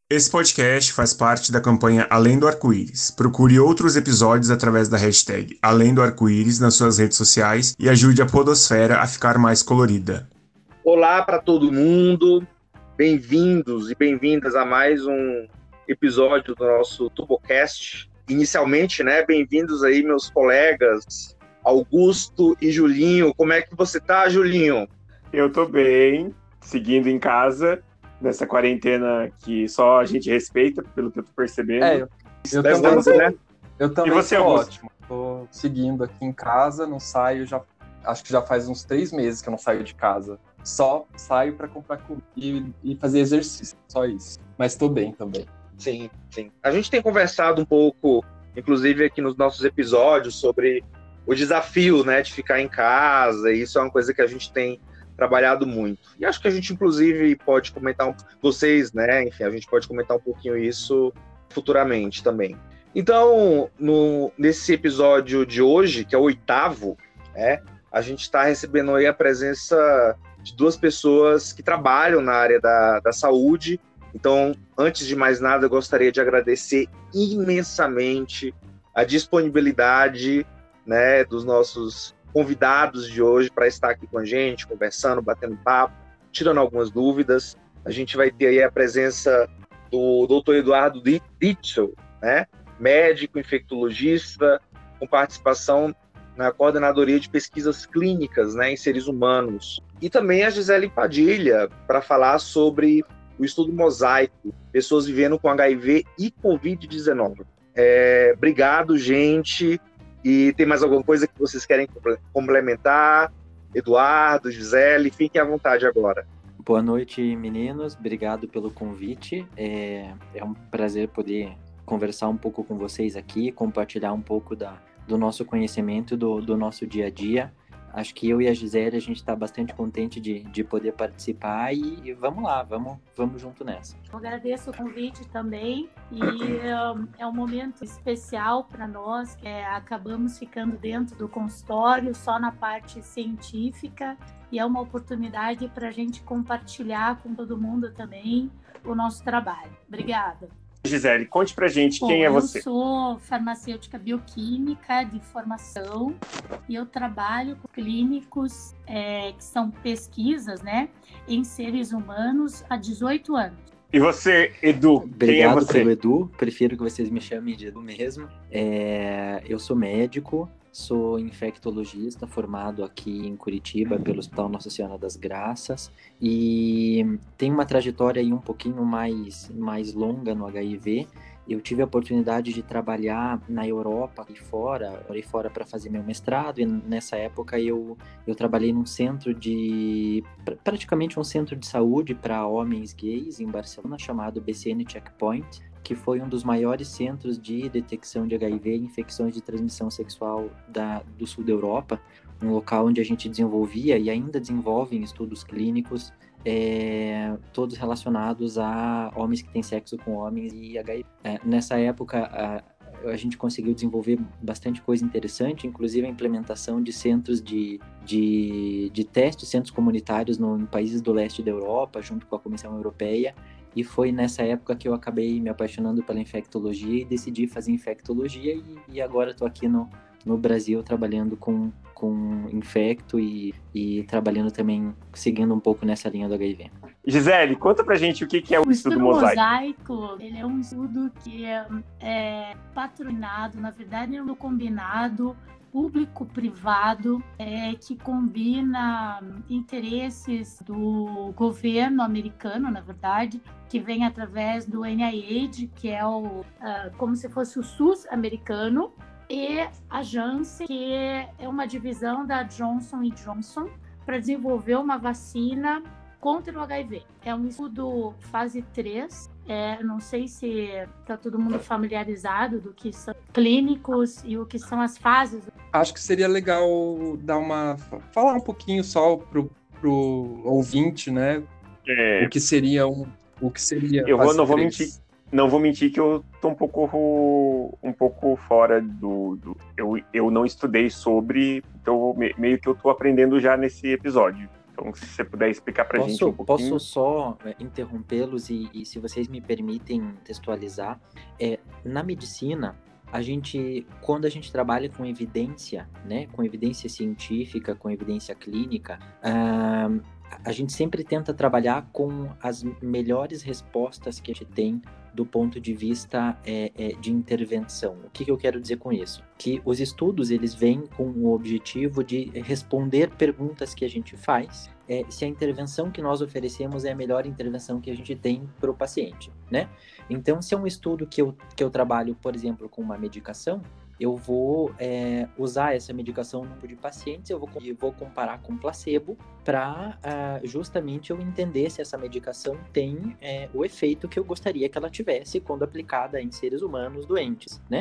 Esse podcast faz parte da campanha Além do Arco-Íris. Procure outros episódios através da hashtag Além do Arco-Íris nas suas redes sociais e ajude a podosfera a ficar mais colorida. Olá para todo mundo, bem-vindos e bem-vindas a mais um episódio do nosso TurboCast. Inicialmente, bem-vindos aí meus colegas Augusto e Julinho. Como é que você tá, Julinho? Eu tô bem, seguindo em casa, nessa quarentena que só a gente respeita, pelo que eu tô percebendo. Eu também E você, tô Augusto? ótimo. Tô seguindo aqui em casa, não saio, acho que já faz uns 3 meses que eu não saio de casa. Só saio para comprar comida e fazer exercício, só isso. Mas tô bem também. Sim. A gente tem conversado um pouco, inclusive aqui nos nossos episódios, sobre o desafio, de ficar em casa, e isso é uma coisa que a gente tem trabalhado muito. E acho que a gente, inclusive, pode comentar, vocês, enfim, a gente pode comentar um pouquinho isso futuramente também. Então, nesse episódio de hoje, que é o 8º, a gente está recebendo aí a presença de 2 pessoas que trabalham na área da saúde. Então, antes de mais nada, eu gostaria de agradecer imensamente a disponibilidade, dos nossos convidados de hoje para estar aqui com a gente, conversando, batendo papo, tirando algumas dúvidas. A gente vai ter aí a presença do Dr. Eduardo Ditzel, médico infectologista, com participação na coordenadoria de pesquisas clínicas, em seres humanos. E também a Gisele Padilha, para falar sobre o estudo mosaico, pessoas vivendo com HIV e Covid-19. Obrigado, gente. E tem mais alguma coisa que vocês querem complementar? Eduardo, Gisele, fiquem à vontade agora. Boa noite, meninos. Obrigado pelo convite. É um prazer poder conversar um pouco com vocês aqui, compartilhar um pouco do nosso conhecimento, do nosso dia a dia. Acho que eu e a Gisele, a gente está bastante contente de poder participar e vamos lá, vamos junto nessa. Eu agradeço o convite também e é um momento especial para nós, que acabamos ficando dentro do consultório, só na parte científica, e é uma oportunidade para a gente compartilhar com todo mundo também o nosso trabalho. Obrigada. Gisele, conte pra gente quem é você. Eu sou farmacêutica bioquímica de formação e eu trabalho com clínicos que são pesquisas, em seres humanos há 18 anos. E você, Edu, quem é Obrigado você? pelo Edu, prefiro que vocês me chamem de Edu mesmo. Eu sou médico, sou infectologista formado aqui em Curitiba pelo Hospital Nossa Senhora das Graças e tenho uma trajetória aí um pouquinho mais longa no HIV. Eu tive a oportunidade de trabalhar na Europa e fora, morei fora para fazer meu mestrado, e nessa época eu trabalhei num centro praticamente um centro de saúde para homens gays em Barcelona, chamado BCN Checkpoint, que foi um dos maiores centros de detecção de HIV e infecções de transmissão sexual do sul da Europa, um local onde a gente desenvolvia e ainda desenvolve em estudos clínicos, todos relacionados a homens que têm sexo com homens e HIV. Nessa época, a gente conseguiu desenvolver bastante coisa interessante, inclusive a implementação de centros de testes, centros comunitários em países do leste da Europa, junto com a Comissão Europeia. E foi nessa época que eu acabei me apaixonando pela infectologia e decidi fazer infectologia e agora estou aqui no Brasil trabalhando com infecto e trabalhando também, seguindo um pouco nessa linha do HIV. Gisele, conta pra gente o que é o estudo mosaico. Ele é um estudo que é patrocinado, na verdade é um combinado público-privado que combina interesses do governo americano, na verdade, que vem através do NIH, que é como se fosse o SUS americano, e a Janssen, que é uma divisão da Johnson Johnson, para desenvolver uma vacina contra o HIV. É um estudo fase 3. Não sei se está todo mundo familiarizado do que são clínicos e o que são as fases. Acho que seria legal falar um pouquinho só pro ouvinte, O que seria Não vou mentir que eu tô um pouco fora eu não estudei sobre, então meio que eu tô aprendendo já nesse episódio. Então, se você puder explicar para a gente um pouquinho. Posso só interrompê-los e, se vocês me permitem textualizar, na medicina, quando a gente trabalha com evidência, né, com evidência científica, com evidência clínica, a gente sempre tenta trabalhar com as melhores respostas que a gente tem do ponto de vista de intervenção. O que eu quero dizer com isso? Que os estudos, eles vêm com o objetivo de responder perguntas que a gente faz, se a intervenção que nós oferecemos é a melhor intervenção que a gente tem para o paciente, né? Então, se é um estudo que eu trabalho, por exemplo, com uma medicação, eu vou usar essa medicação no número de pacientes, eu vou comparar com placebo para justamente eu entender se essa medicação tem o efeito que eu gostaria que ela tivesse quando aplicada em seres humanos doentes, né?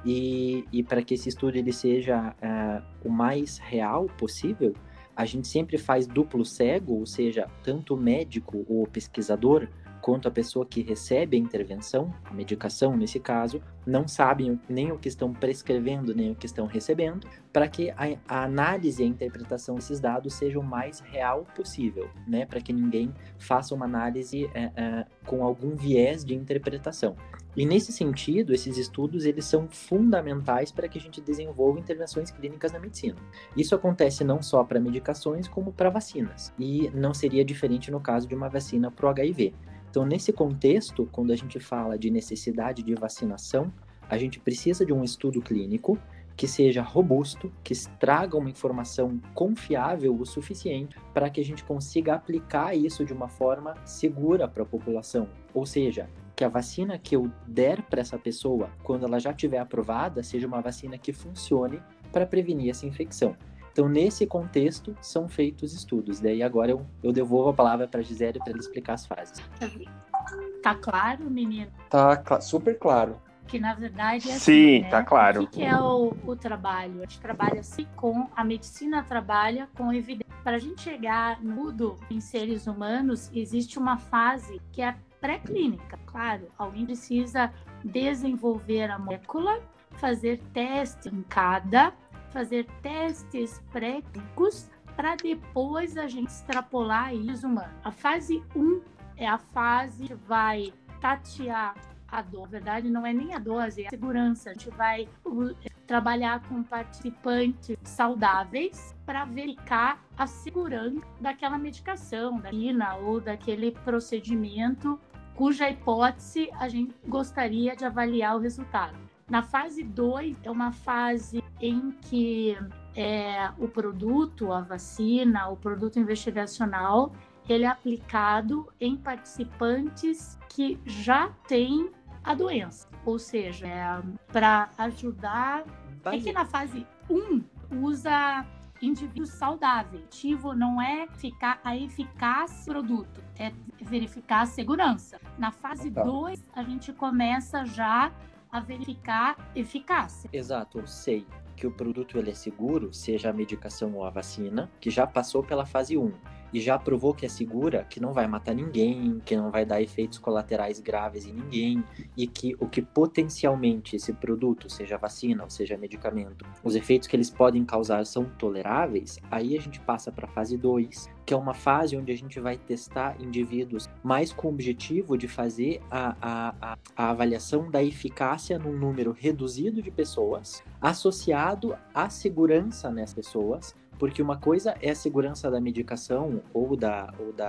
E para que esse estudo ele seja o mais real possível, a gente sempre faz duplo cego, ou seja, tanto o médico ou o pesquisador quanto a pessoa que recebe a intervenção, a medicação nesse caso, não sabem nem o que estão prescrevendo, nem o que estão recebendo, para que a análise e a interpretação desses dados seja o mais real possível, né? Para que ninguém faça uma análise com algum viés de interpretação. E nesse sentido, esses estudos eles são fundamentais para que a gente desenvolva intervenções clínicas na medicina. Isso acontece não só para medicações, como para vacinas. E não seria diferente no caso de uma vacina para o HIV. Então, nesse contexto, quando a gente fala de necessidade de vacinação, a gente precisa de um estudo clínico que seja robusto, que traga uma informação confiável o suficiente para que a gente consiga aplicar isso de uma forma segura para a população. Ou seja, que a vacina que eu der para essa pessoa, quando ela já estiver aprovada, seja uma vacina que funcione para prevenir essa infecção. Então, nesse contexto, são feitos estudos. Daí, agora eu devolvo a palavra para a Gisele para ela explicar as fases. Tá claro, menino? Tá super claro. Que, na verdade, é Sim, assim, né? Tá claro. O que é o trabalho? A gente trabalha assim a medicina trabalha com evidência. Para a gente chegar tudo em seres humanos, existe uma fase que é pré-clínica. Claro, alguém precisa desenvolver a molécula, fazer testes em fazer testes pré-clínicos para depois a gente extrapolar isso humano. A fase 1 é a fase que vai tatear a dose. Na verdade, não é nem a dose, é a segurança. A gente vai trabalhar com participantes saudáveis para verificar a segurança daquela medicação, da vacina ou daquele procedimento cuja hipótese a gente gostaria de avaliar o resultado. Na fase 2, é uma fase em que o produto, a vacina, o produto investigacional, ele é aplicado em participantes que já têm a doença. Ou seja, para ajudar... É que na fase 1, usa indivíduos saudáveis. O objetivo não é ficar a eficácia do produto, é verificar a segurança. Na fase 2, a gente começa já a verificar eficácia. Exato, eu sei que o produto ele é seguro, seja a medicação ou a vacina, que já passou pela fase 1 e já provou que é segura, que não vai matar ninguém, que não vai dar efeitos colaterais graves em ninguém e que o que potencialmente esse produto, seja vacina ou seja medicamento, os efeitos que eles podem causar são toleráveis, aí a gente passa para a fase 2, que é uma fase onde a gente vai testar indivíduos mais com o objetivo de fazer a avaliação da eficácia num número reduzido de pessoas, associado à segurança nessas pessoas, porque uma coisa é a segurança da medicação ou da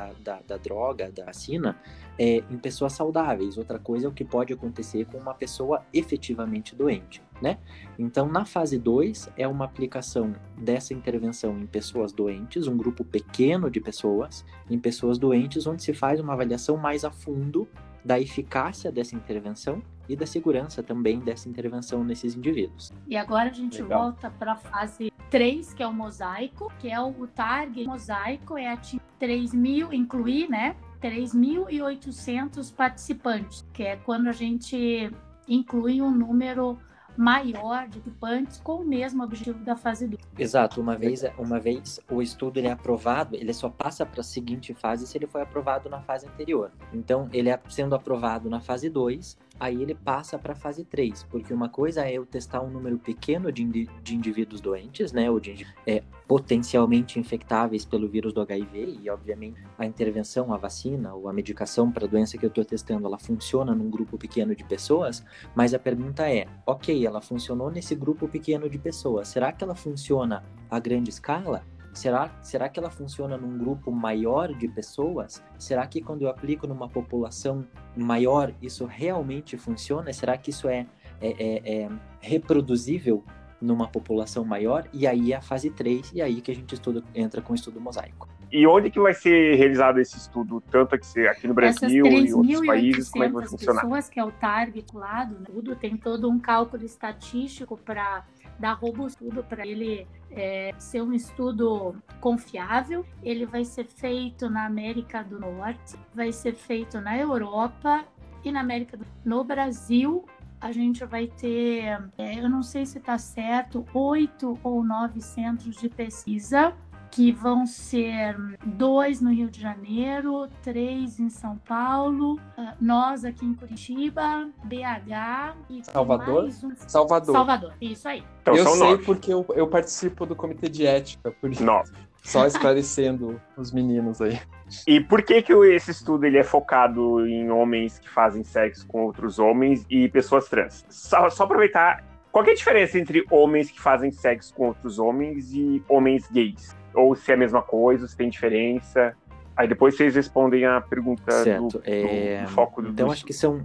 droga, da vacina, em pessoas saudáveis. Outra coisa é o que pode acontecer com uma pessoa efetivamente doente, né? Então, na fase 2, é uma aplicação dessa intervenção em pessoas doentes, um grupo pequeno de pessoas, em pessoas doentes, onde se faz uma avaliação mais a fundo da eficácia dessa intervenção e da segurança também dessa intervenção nesses indivíduos. E agora a gente volta para a fase 3, que é o mosaico, que é o target. O mosaico é atingir 3.000, incluir, né? 3.800 participantes, que é quando a gente inclui um número maior de participantes com o mesmo objetivo da fase 2. Exato, uma vez o estudo ele é aprovado, ele só passa para a seguinte fase se ele foi aprovado na fase anterior. Então, ele sendo aprovado na fase 2, aí ele passa para a fase 3, porque uma coisa é eu testar um número pequeno de indivíduos doentes, né, ou potencialmente infectáveis pelo vírus do HIV, e obviamente a intervenção, a vacina ou a medicação para a doença que eu estou testando, ela funciona num grupo pequeno de pessoas, mas a pergunta é, ok, ela funcionou nesse grupo pequeno de pessoas, será que ela funciona a grande escala? Será que ela funciona num grupo maior de pessoas? Será que quando eu aplico numa população maior, isso realmente funciona? Será que isso é reproduzível numa população maior? E aí é a fase 3, e aí que a gente entra com o estudo mosaico. E onde que vai ser realizado esse estudo? Tanto aqui no Brasil e em outros países, como é que vai funcionar? Essas 3.800 pessoas, que é o TAR vinculado, né? Tudo tem todo um cálculo estatístico para dar robustez para ele ser um estudo confiável. Ele vai ser feito na América do Norte, vai ser feito na Europa e na América do Sul. No Brasil, a gente vai ter, eu não sei se está certo, 8 ou 9 centros de pesquisa, que vão ser 2 no Rio de Janeiro, 3 em São Paulo, nós aqui em Curitiba, BH e Salvador? Mais um... Salvador, isso aí. Então, eu sei 9. porque eu participo do comitê de ética, por isso. 9. Só esclarecendo os meninos aí. E por que esse estudo ele é focado em homens que fazem sexo com outros homens e pessoas trans? Só aproveitar, qual que é a diferença entre homens que fazem sexo com outros homens e homens gays? Ou se é a mesma coisa, se tem diferença? Aí depois vocês respondem a pergunta do foco do Então, do acho que são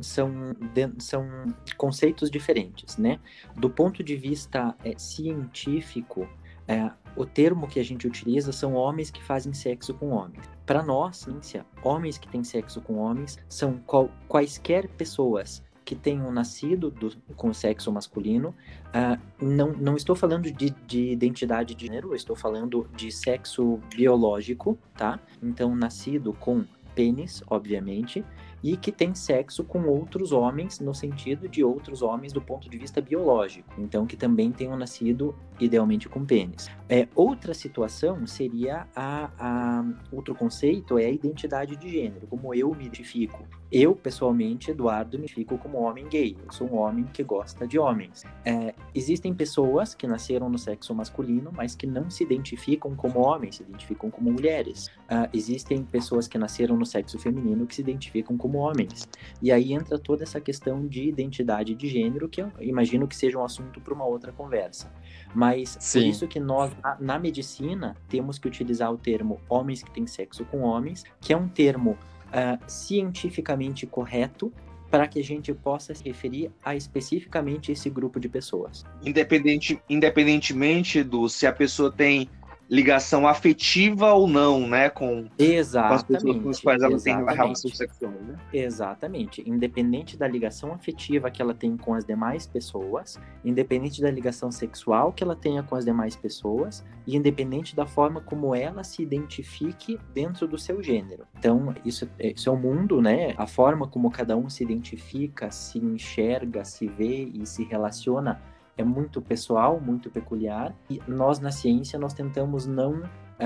conceitos diferentes, né? Do ponto de vista científico, o termo que a gente utiliza são homens que fazem sexo com homens. Para nós, ciência, homens que têm sexo com homens são quaisquer pessoas que tenham nascido com o sexo masculino. Não estou falando de identidade de gênero, estou falando de sexo biológico, tá? Então, nascido com pênis, obviamente, e que tem sexo com outros homens, no sentido de outros homens do ponto de vista biológico, então que também tenham nascido idealmente com pênis. Outra situação seria outro conceito é a identidade de gênero, como eu me identifico. Eu, pessoalmente, Eduardo, me identifico como homem gay, eu sou um homem que gosta de homens. Existem pessoas que nasceram no sexo masculino, mas que não se identificam como homens, se identificam como mulheres. Existem pessoas que nasceram no sexo feminino que se identificam como homens. E aí entra toda essa questão de identidade de gênero, que eu imagino que seja um assunto para uma outra conversa. Mas por isso que nós, na medicina, temos que utilizar o termo homens que têm sexo com homens, que é um termo cientificamente correto, para que a gente possa se referir a especificamente esse grupo de pessoas. Independentemente se a pessoa tem ligação afetiva ou não, né, com as pessoas com as quais ela tem relação sexual, né? Exatamente. Independente da ligação afetiva que ela tem com as demais pessoas, independente da ligação sexual que ela tenha com as demais pessoas, e independente da forma como ela se identifique dentro do seu gênero. Então, isso é o mundo, né? A forma como cada um se identifica, se enxerga, se vê e se relaciona é muito pessoal, muito peculiar, e nós na ciência nós tentamos não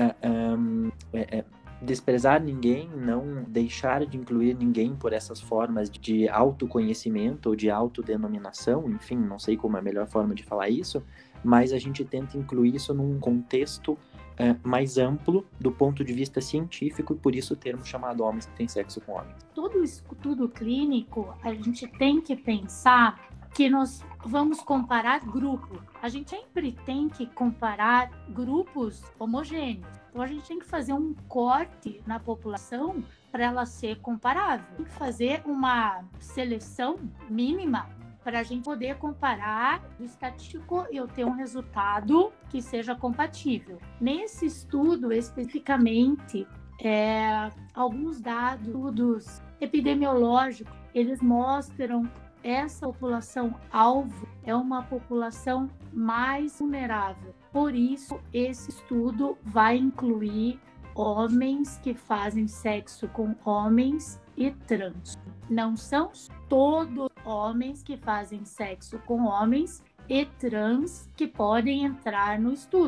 desprezar ninguém, não deixar de incluir ninguém por essas formas de autoconhecimento ou de autodenominação, enfim, não sei como é a melhor forma de falar isso, mas a gente tenta incluir isso num contexto mais amplo do ponto de vista científico, e por isso o termo chamado homens que têm sexo com homens. Todo estudo clínico, a gente tem que pensar que nós vamos comparar grupos. A gente sempre tem que comparar grupos homogêneos. Então, a gente tem que fazer um corte na população para ela ser comparável. Tem que fazer uma seleção mínima para a gente poder comparar o estatístico e eu ter um resultado que seja compatível. Nesse estudo, especificamente, alguns dados, estudos epidemiológicos, eles mostram essa população-alvo é uma população mais vulnerável. Por isso, esse estudo vai incluir homens que fazem sexo com homens e trans. Não são todos homens que fazem sexo com homens e trans que podem entrar no estudo.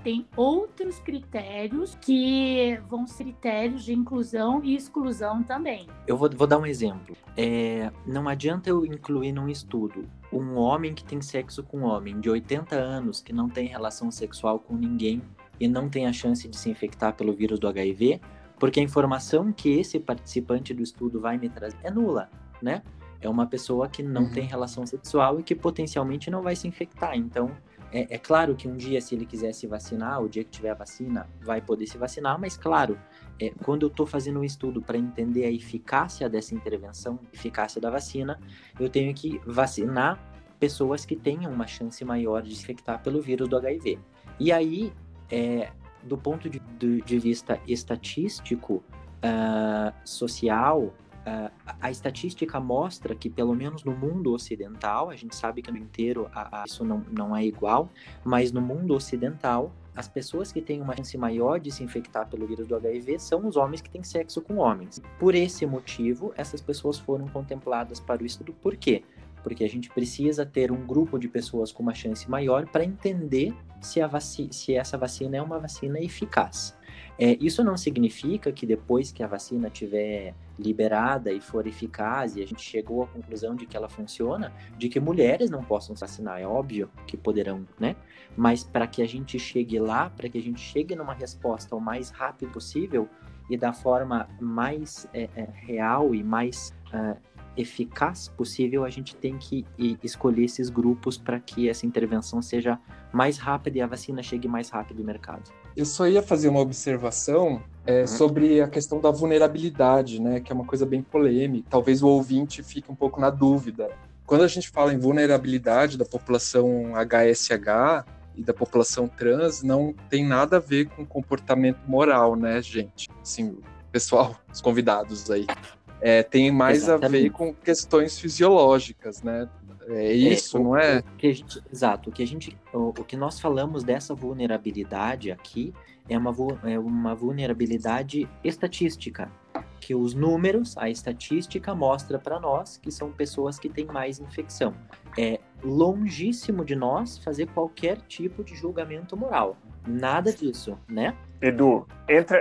tem outros critérios que vão ser critérios de inclusão e exclusão também. Eu vou dar um exemplo. Não adianta eu incluir num estudo um homem que tem sexo com um homem de 80 anos que não tem relação sexual com ninguém e não tem a chance de se infectar pelo vírus do HIV, porque a informação que esse participante do estudo vai me trazer é nula, né? É uma pessoa que não tem relação sexual e que potencialmente não vai se infectar. Então, é claro que um dia, se ele quiser se vacinar, o dia que tiver a vacina, vai poder se vacinar, mas claro, quando eu estou fazendo um estudo para entender a eficácia dessa intervenção, eficácia da vacina, eu tenho que vacinar pessoas que tenham uma chance maior de se infectar pelo vírus do HIV. E aí, do ponto de vista estatístico, social, a estatística mostra que, pelo menos no mundo ocidental, a gente sabe que no inteiro isso não é igual, mas no mundo ocidental, as pessoas que têm uma chance maior de se infectar pelo vírus do HIV são os homens que têm sexo com homens. Por esse motivo, essas pessoas foram contempladas para o estudo. Por quê? Porque a gente precisa ter um grupo de pessoas com uma chance maior para entender se essa vacina é uma vacina eficaz. Isso não significa que depois que a vacina estiver liberada e for eficaz e a gente chegou à conclusão de que ela funciona, de que mulheres não possam se vacinar. É óbvio que poderão, né? Mas para que a gente chegue lá, para que a gente chegue numa resposta o mais rápido possível e da forma mais real e mais eficaz possível, a gente tem que escolher esses grupos para que essa intervenção seja mais rápida e a vacina chegue mais rápido no mercado. Eu só ia fazer uma observação sobre a questão da vulnerabilidade, né, que é uma coisa bem polêmica. Talvez o ouvinte fique um pouco na dúvida. Quando a gente fala em vulnerabilidade da população HSH e da população trans, não tem nada a ver com comportamento moral, né, gente? Assim, pessoal, os convidados aí. Tem mais Exatamente. A ver com questões fisiológicas, né? Não é? Exato. O que nós falamos dessa vulnerabilidade aqui é uma vulnerabilidade estatística, que os números, a estatística mostra para nós que são pessoas que têm mais infecção. É longíssimo de nós fazer qualquer tipo de julgamento moral. Nada disso, né? Edu, entra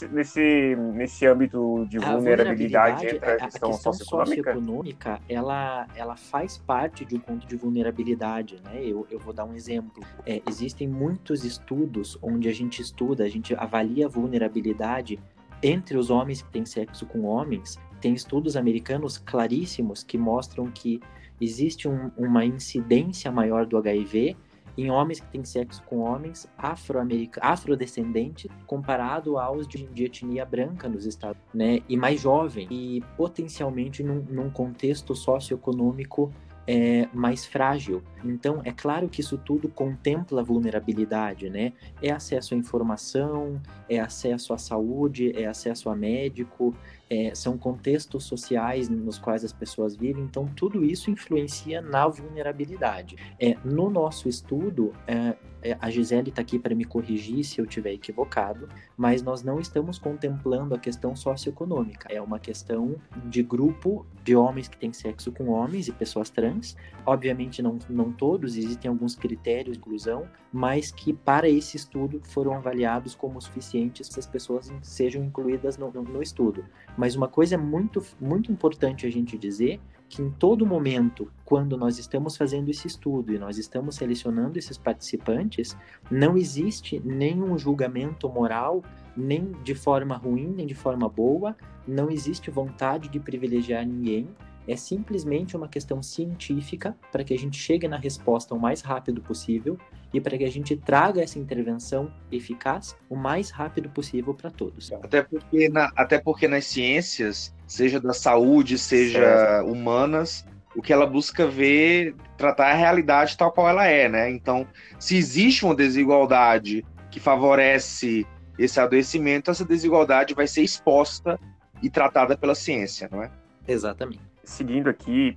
nesse âmbito de vulnerabilidade, entra a questão socioeconômica, ela faz parte de um ponto de vulnerabilidade, né? Eu vou dar um exemplo. Existem muitos estudos onde a gente avalia a vulnerabilidade entre os homens que têm sexo com homens. Tem estudos americanos claríssimos que mostram que existe uma incidência maior do HIV em homens que têm sexo com homens afrodescendentes comparado aos de etnia branca nos Estados Unidos, né? E mais jovem, e potencialmente num contexto socioeconômico mais frágil. Então, é claro que isso tudo contempla vulnerabilidade, né? É acesso à informação, é acesso à saúde, é acesso a médico, são contextos sociais nos quais as pessoas vivem, então tudo isso influencia na vulnerabilidade. No nosso estudo, a Gisele está aqui para me corrigir se eu estiver equivocado, mas nós não estamos contemplando a questão socioeconômica. É uma questão de grupo de homens que têm sexo com homens e pessoas trans. Obviamente não todos, existem alguns critérios de inclusão, mas que para esse estudo foram avaliados como suficientes que as pessoas sejam incluídas no estudo. Mas uma coisa muito, muito importante a gente dizer, que em todo momento, quando nós estamos fazendo esse estudo e nós estamos selecionando esses participantes, não existe nenhum julgamento moral, nem de forma ruim, nem de forma boa, não existe vontade de privilegiar ninguém, é simplesmente uma questão científica para que a gente chegue na resposta o mais rápido possível e para que a gente traga essa intervenção eficaz o mais rápido possível para todos. Até porque nas ciências, seja da saúde, seja humanas, o que ela busca tratar a realidade tal qual ela é, né? Então, se existe uma desigualdade que favorece esse adoecimento, essa desigualdade vai ser exposta e tratada pela ciência, não é? Exatamente. Seguindo aqui,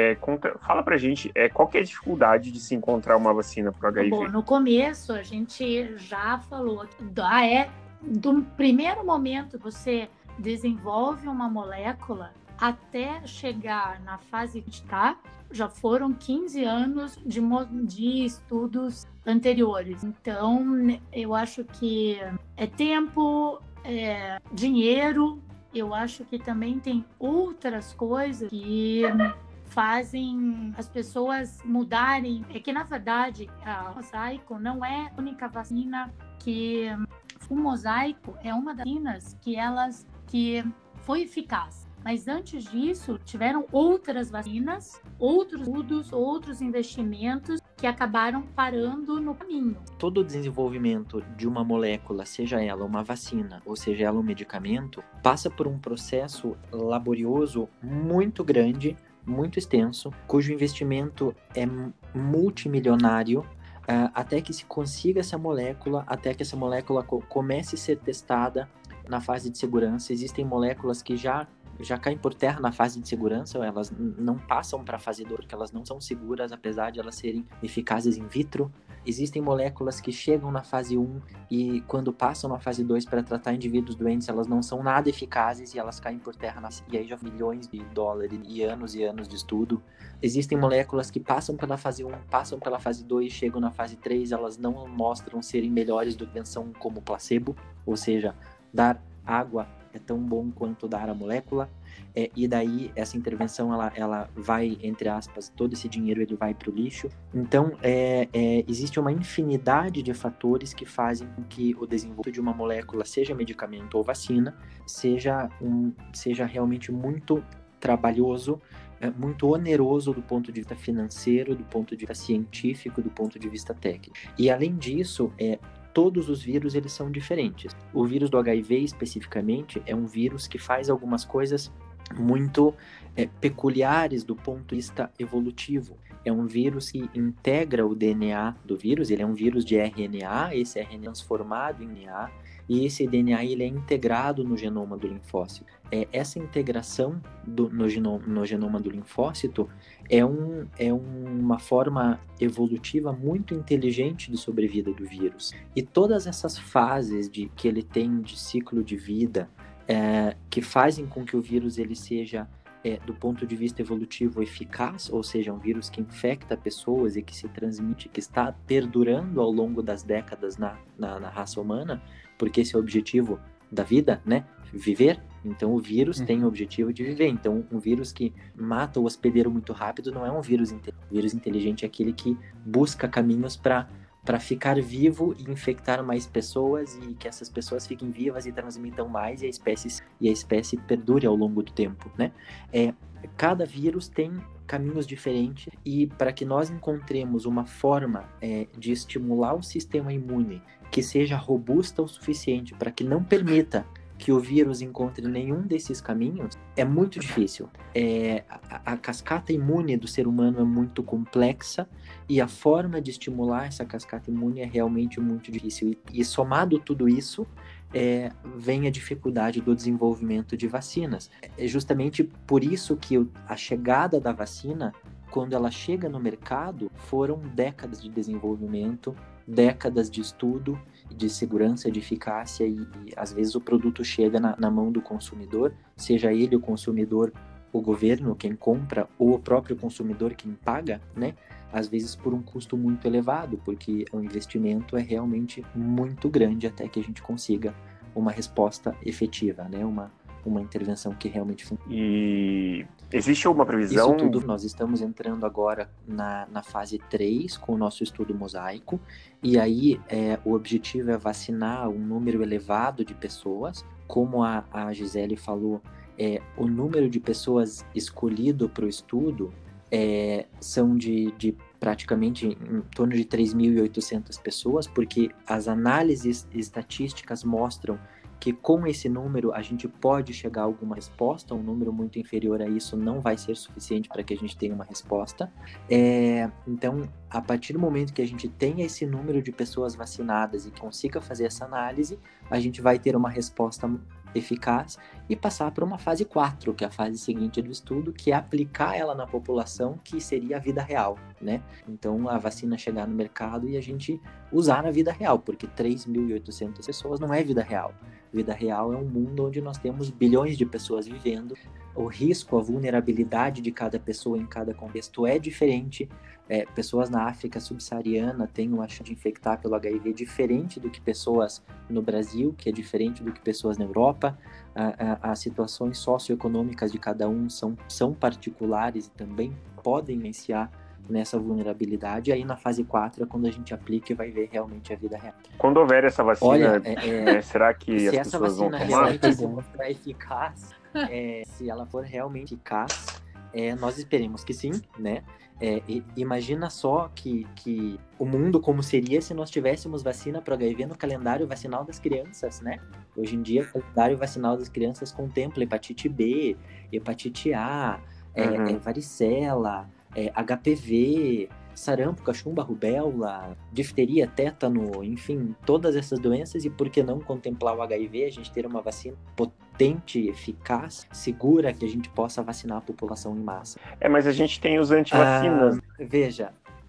fala pra gente qual que é a dificuldade de se encontrar uma vacina para o HIV? Bom, no começo a gente já falou do primeiro momento você desenvolve uma molécula até chegar na fase que está, já foram 15 anos de estudos anteriores. Então, eu acho que é tempo, é dinheiro, eu acho que também tem outras coisas que fazem as pessoas mudarem. É que, na verdade, a mosaico não é a única vacina que... O mosaico é uma das vacinas que foi eficaz. Mas antes disso, tiveram outras vacinas, outros estudos, outros investimentos que acabaram parando no caminho. Todo o desenvolvimento de uma molécula, seja ela uma vacina ou seja ela um medicamento, passa por um processo laborioso muito grande, muito extenso, cujo investimento é multimilionário, até que se consiga essa molécula, até que essa molécula comece a ser testada na fase de segurança. Existem moléculas que já caem por terra na fase de segurança, elas não passam para a fase 2 porque elas não são seguras, apesar de elas serem eficazes in vitro. Existem moléculas que chegam na fase 1 e quando passam na fase 2 para tratar indivíduos doentes, elas não são nada eficazes e elas caem por terra, e aí já milhões de dólares e anos de estudo. Existem moléculas que passam pela fase 1, passam pela fase 2, chegam na fase 3, elas não mostram serem melhores do que pensam como placebo, ou seja, dar água é tão bom quanto dar a molécula, e daí essa intervenção ela vai, entre aspas, todo esse dinheiro ele vai para o lixo. Então existe uma infinidade de fatores que fazem com que o desenvolvimento de uma molécula, seja medicamento ou vacina, seja realmente muito trabalhoso, muito oneroso do ponto de vista financeiro, do ponto de vista científico, do ponto de vista técnico. E além disso, todos os vírus eles são diferentes. O vírus do HIV especificamente é um vírus que faz algumas coisas muito peculiares do ponto de vista evolutivo. É um vírus que integra o DNA do vírus, ele é um vírus de RNA, esse RNA é transformado em DNA, e esse DNA ele é integrado no genoma do linfócito. Essa integração no genoma do linfócito é uma forma evolutiva muito inteligente de sobrevida do vírus. E todas essas fases que ele tem de ciclo de vida, que fazem com que o vírus ele seja, do ponto de vista evolutivo, eficaz, ou seja, um vírus que infecta pessoas e que se transmite, que está perdurando ao longo das décadas na raça humana, porque esse é o objetivo da vida, né? Viver. Então o vírus tem o objetivo de viver. Então um vírus que mata o hospedeiro muito rápido não é um vírus inteligente. O vírus inteligente é aquele que busca caminhos para ficar vivo e infectar mais pessoas e que essas pessoas fiquem vivas e transmitam mais e a espécie perdure ao longo do tempo, né? Cada vírus tem caminhos diferentes e para que nós encontremos uma forma de estimular o sistema imune que seja robusta o suficiente para que não permita que o vírus encontre nenhum desses caminhos, é muito difícil. A cascata imune do ser humano é muito complexa e a forma de estimular essa cascata imune é realmente muito difícil. E somado tudo isso, vem a dificuldade do desenvolvimento de vacinas. É justamente por isso que a chegada da vacina, quando ela chega no mercado, foram décadas de desenvolvimento, décadas de estudo, de segurança, de eficácia e às vezes o produto chega na mão do consumidor, seja ele o consumidor, o governo, quem compra, ou o próprio consumidor, quem paga, né? Às vezes por um custo muito elevado, porque o investimento é realmente muito grande até que a gente consiga uma resposta efetiva, né? Uma intervenção que realmente funciona. E existe uma previsão? Isso tudo, nós estamos entrando agora na fase 3 com o nosso estudo mosaico, e aí o objetivo é vacinar um número elevado de pessoas. Como a Gisele falou, o número de pessoas escolhido para o estudo são de praticamente em torno de 3.800 pessoas, porque as análises estatísticas mostram que com esse número a gente pode chegar a alguma resposta, um número muito inferior a isso não vai ser suficiente para que a gente tenha uma resposta. Então, a partir do momento que a gente tenha esse número de pessoas vacinadas e consiga fazer essa análise, a gente vai ter uma resposta eficaz e passar para uma fase 4, que é a fase seguinte do estudo, que é aplicar ela na população, que seria a vida real, né? Então, a vacina chegar no mercado e a gente usar na vida real, porque 3.800 pessoas não é vida real. Vida real é um mundo onde nós temos bilhões de pessoas vivendo. O risco, a vulnerabilidade de cada pessoa em cada contexto é diferente. Pessoas na África subsaariana têm uma chance de infectar pelo HIV diferente do que pessoas no Brasil, que é diferente do que pessoas na Europa. As situações socioeconômicas de cada um são particulares e também podem influenciar nessa vulnerabilidade. Aí na fase 4 é quando a gente aplica e vai ver realmente a vida real. Quando houver essa vacina, Olha, será que se as essa pessoas vão vacina tomar? realmente se mostrar eficaz, se ela for realmente eficaz, nós esperemos que sim, né? Imagina só que o mundo como seria se nós tivéssemos vacina para HIV no calendário vacinal das crianças, né? Hoje em dia, o calendário vacinal das crianças contempla hepatite B, hepatite A, varicela, HPV, sarampo, cachumba, rubéola, difteria, tétano, enfim, todas essas doenças. E por que não contemplar o HIV, a gente ter uma vacina potente, eficaz, segura, que a gente possa vacinar a população em massa? Mas a gente tem os antivacinas. Veja,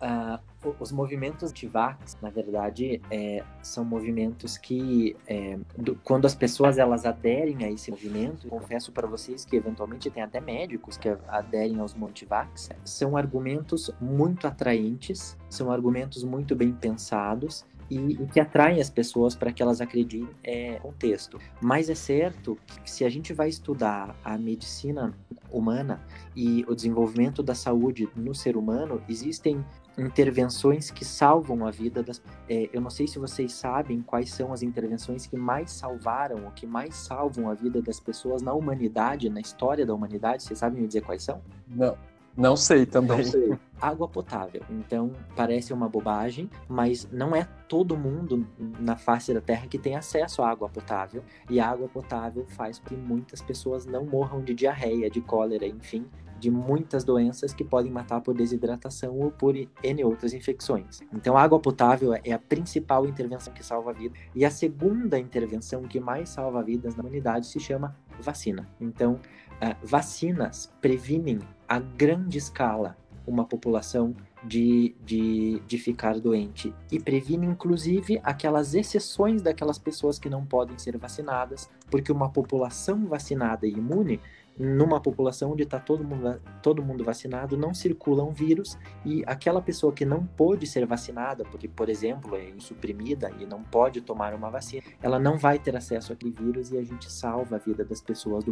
os movimentos anti-vax, na verdade, são movimentos que, quando as pessoas elas aderem a esse movimento, confesso para vocês que eventualmente tem até médicos que aderem aos anti-vax, são argumentos muito atraentes, são argumentos muito bem pensados e que atraem as pessoas para que elas acreditem no contexto. Mas é certo que se a gente vai estudar a medicina humana e o desenvolvimento da saúde no ser humano, existem intervenções que salvam a vida das... eu não sei se vocês sabem quais são as intervenções que mais salvaram ou que mais salvam a vida das pessoas na humanidade, na história da humanidade. Vocês sabem me dizer quais são? Não sei também. Não sei. Água potável. Então, parece uma bobagem, mas não é todo mundo na face da Terra que tem acesso à água potável. E a água potável faz com que muitas pessoas não morram de diarreia, de cólera, enfim, de muitas doenças que podem matar por desidratação ou por N outras infecções. Então, a água potável é a principal intervenção que salva a vida. E a segunda intervenção que mais salva vidas na humanidade se chama vacina. Então, vacinas previnem a grande escala uma população de ficar doente e previne inclusive aquelas exceções daquelas pessoas que não podem ser vacinadas, porque uma população vacinada e imune, numa população onde está todo mundo vacinado, não circula um vírus, e aquela pessoa que não pôde ser vacinada, porque, por exemplo, é insuprimida e não pode tomar uma vacina, ela não vai ter acesso àquele vírus, e a gente salva a vida das pessoas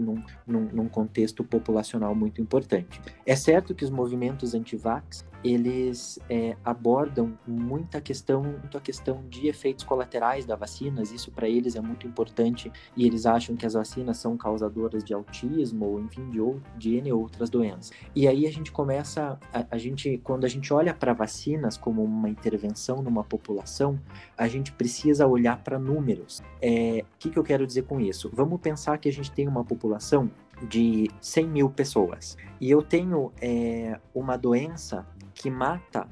num contexto populacional muito importante. É certo que os movimentos anti-vax, eles abordam muito a questão de efeitos colaterais das vacinas. Isso para eles é muito importante, e eles acham que as vacinas são causadoras de autismo ou enfim de N outras doenças. E aí a gente começa, quando a gente olha para vacinas como uma intervenção numa população, a gente precisa olhar para números. O que eu quero dizer com isso? Vamos pensar que a gente tem uma população de 100 mil pessoas e eu tenho uma doença que mata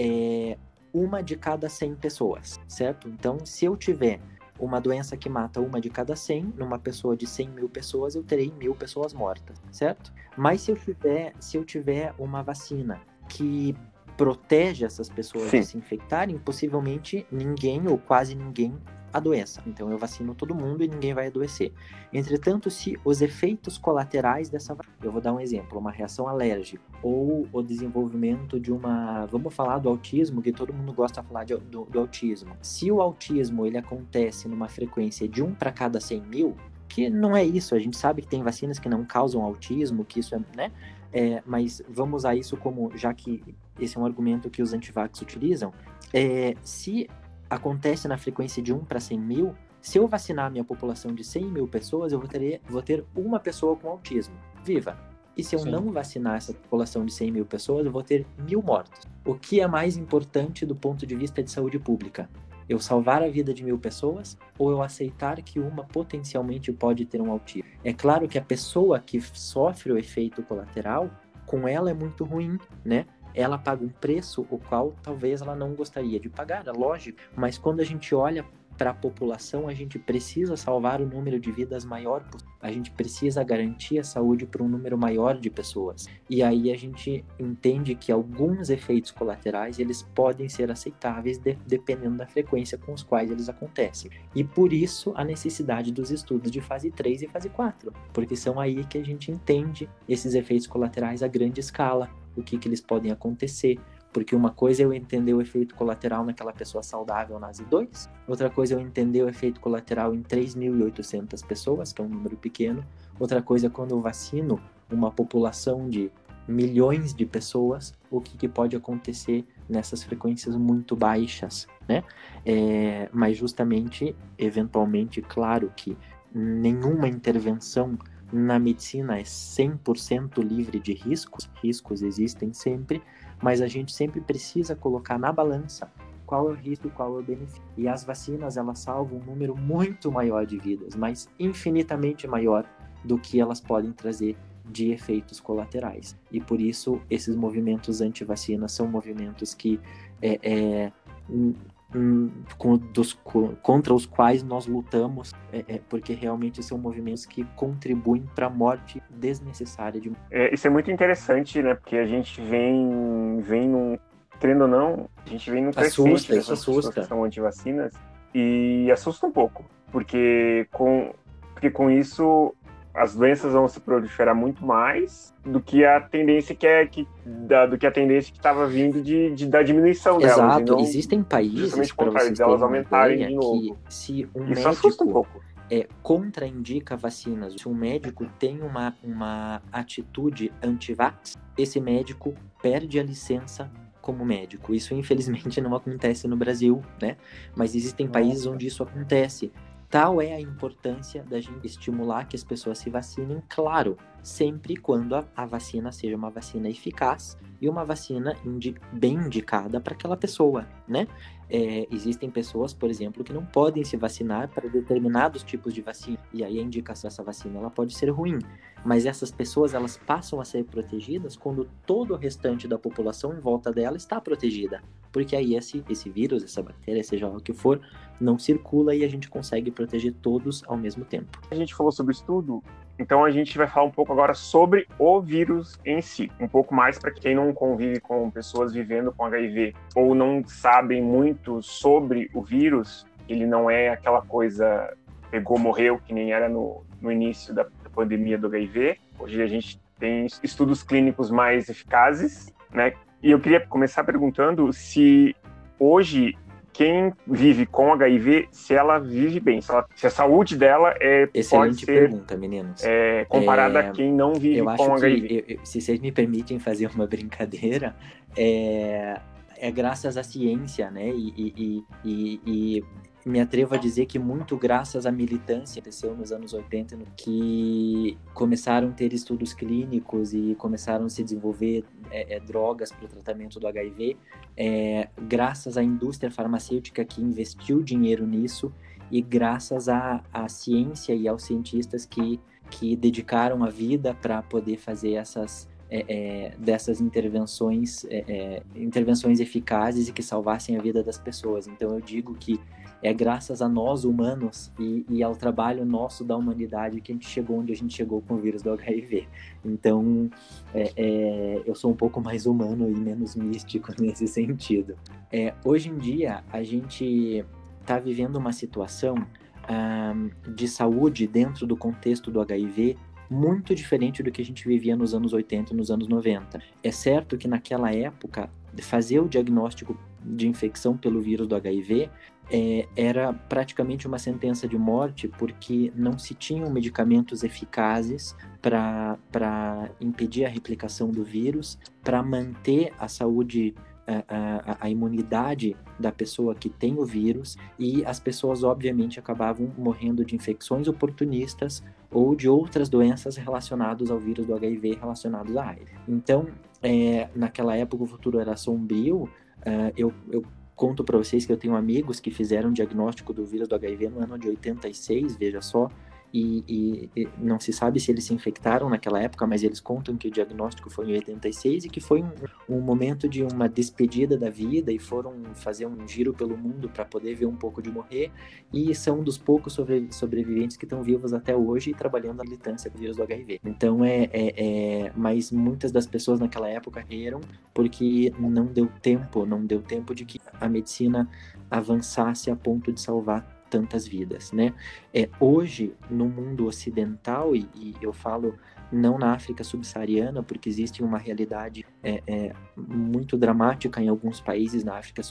uma de cada 100 pessoas, certo? Então, se eu tiver uma doença que mata uma de cada 100, numa pessoa de 100 mil pessoas, eu terei 1.000 pessoas mortas, certo? Mas se eu tiver uma vacina que protege essas pessoas de se infectarem, possivelmente ninguém ou quase ninguém adoeça. Então eu vacino todo mundo e ninguém vai adoecer. Entretanto, se os efeitos colaterais dessa vacina, eu vou dar um exemplo, uma reação alérgica, ou o desenvolvimento de vamos falar do autismo, que todo mundo gosta de falar do autismo. Se o autismo ele acontece numa frequência de 1 para cada 100 mil, que não é isso, a gente sabe que tem vacinas que não causam autismo, que isso né? Mas vamos usar isso como, já que esse é um argumento que os antivax utilizam, se acontece na frequência de 1 para 100 mil, se eu vacinar a minha população de 100 mil pessoas, eu vou ter uma pessoa com autismo viva. E se eu não vacinar essa população de 100 mil pessoas, eu vou ter 1.000 mortos. O que é mais importante do ponto de vista de saúde pública? Eu salvar a vida de 1.000 pessoas ou eu aceitar que uma potencialmente pode ter um autismo? É claro que a pessoa que sofre o efeito colateral, com ela é muito ruim, né? Ela paga um preço o qual talvez ela não gostaria de pagar, é lógico. Mas quando a gente olha para a população, a gente precisa salvar o número de vidas maior possível. A gente precisa garantir a saúde para um número maior de pessoas. E aí a gente entende que alguns efeitos colaterais, eles podem ser aceitáveis dependendo da frequência com os quais eles acontecem. E por isso a necessidade dos estudos de fase 3 e fase 4, porque são aí que a gente entende esses efeitos colaterais a grande escala, o que eles podem acontecer. Porque uma coisa é eu entender o efeito colateral naquela pessoa saudável na ASI2, outra coisa é eu entender o efeito colateral em 3.800 pessoas, que é um número pequeno, outra coisa é quando eu vacino uma população de milhões de pessoas, o que pode acontecer nessas frequências muito baixas, né? Mas justamente, eventualmente, claro que nenhuma intervenção na medicina é 100% livre de riscos existem sempre, mas a gente sempre precisa colocar na balança qual é o risco e qual é o benefício. E as vacinas, elas salvam um número muito maior de vidas, mas infinitamente maior do que elas podem trazer de efeitos colaterais. E por isso, esses movimentos anti-vacina são movimentos que contra os quais nós lutamos, porque realmente são movimentos que contribuem para a morte desnecessária de... Isso é muito interessante, né? Porque a gente vem num, querendo ou não, a gente vem num crescente dessas pessoas que são antivacinas, e assusta um pouco, porque com isso as doenças vão se proliferar muito mais do que a tendência que estava vindo da diminuição delas. Exato, existem países, para vocês terem uma aumentarem ideia, de novo. que se um Isso assusta um pouco. contraindica vacinas, se um médico tem uma atitude anti-vax, esse médico perde a licença como médico. Isso, infelizmente, não acontece no Brasil, né? Mas existem países onde isso acontece. Tal é a importância da gente estimular que as pessoas se vacinem, claro, sempre quando a vacina seja uma vacina eficaz e uma vacina bem indicada para aquela pessoa, né? Existem pessoas, por exemplo, que não podem se vacinar para determinados tipos de vacina, e aí a indicação dessa vacina ela pode ser ruim, mas essas pessoas elas passam a ser protegidas quando todo o restante da população em volta dela está protegida, porque aí esse vírus, essa bactéria, seja lá o que for, não circula e a gente consegue proteger todos ao mesmo tempo. A gente falou sobre estudo, então a gente vai falar um pouco agora sobre o vírus em si, um pouco mais para quem não convive com pessoas vivendo com HIV ou não sabem muito sobre o vírus. Ele não é aquela coisa pegou, morreu, que nem era no início da pandemia do HIV. Hoje a gente tem estudos clínicos mais eficazes, né? E eu queria começar perguntando se hoje quem vive com HIV, se ela vive bem, se a saúde dela pode ser pergunta, meninos. Comparada a quem não vive com HIV. Se vocês me permitem fazer uma brincadeira, é graças à ciência, né? E me atrevo a dizer que muito graças à militância que aconteceu nos anos 80, que começaram a ter estudos clínicos e começaram a se desenvolver drogas para o tratamento do HIV, graças à indústria farmacêutica que investiu dinheiro nisso e graças à ciência e aos cientistas que dedicaram a vida para poder fazer dessas intervenções eficazes e que salvassem a vida das pessoas. Então eu digo que é graças a nós humanos e ao trabalho nosso da humanidade que a gente chegou onde a gente chegou com o vírus do HIV. Então eu sou um pouco mais humano e menos místico nesse sentido. Hoje em dia a gente está vivendo uma situação de saúde dentro do contexto do HIV muito diferente do que a gente vivia nos anos 80 e nos anos 90. É certo que naquela época, fazer o diagnóstico de infecção pelo vírus do HIV era praticamente uma sentença de morte, porque não se tinham medicamentos eficazes para impedir a replicação do vírus, para manter a saúde, a imunidade da pessoa que tem o vírus, e as pessoas obviamente acabavam morrendo de infecções oportunistas ou de outras doenças relacionadas ao vírus do HIV, relacionados à AIDS. Então, naquela época o futuro era sombrio. Eu conto para vocês que eu tenho amigos que fizeram diagnóstico do vírus do HIV no ano de 86, veja só, e não se sabe se eles se infectaram naquela época, mas eles contam que o diagnóstico foi em 86 e que foi um momento de uma despedida da vida e foram fazer um giro pelo mundo para poder ver um pouco de morrer, e são um dos poucos sobreviventes que estão vivos até hoje e trabalhando na militância do vírus do HIV. Então mas muitas das pessoas naquela época morreram porque não deu tempo de que a medicina avançasse a ponto de salvar tantas vidas, né? Hoje, no mundo ocidental, e eu falo não na África subsaariana, porque existe uma realidade muito dramática em alguns países na África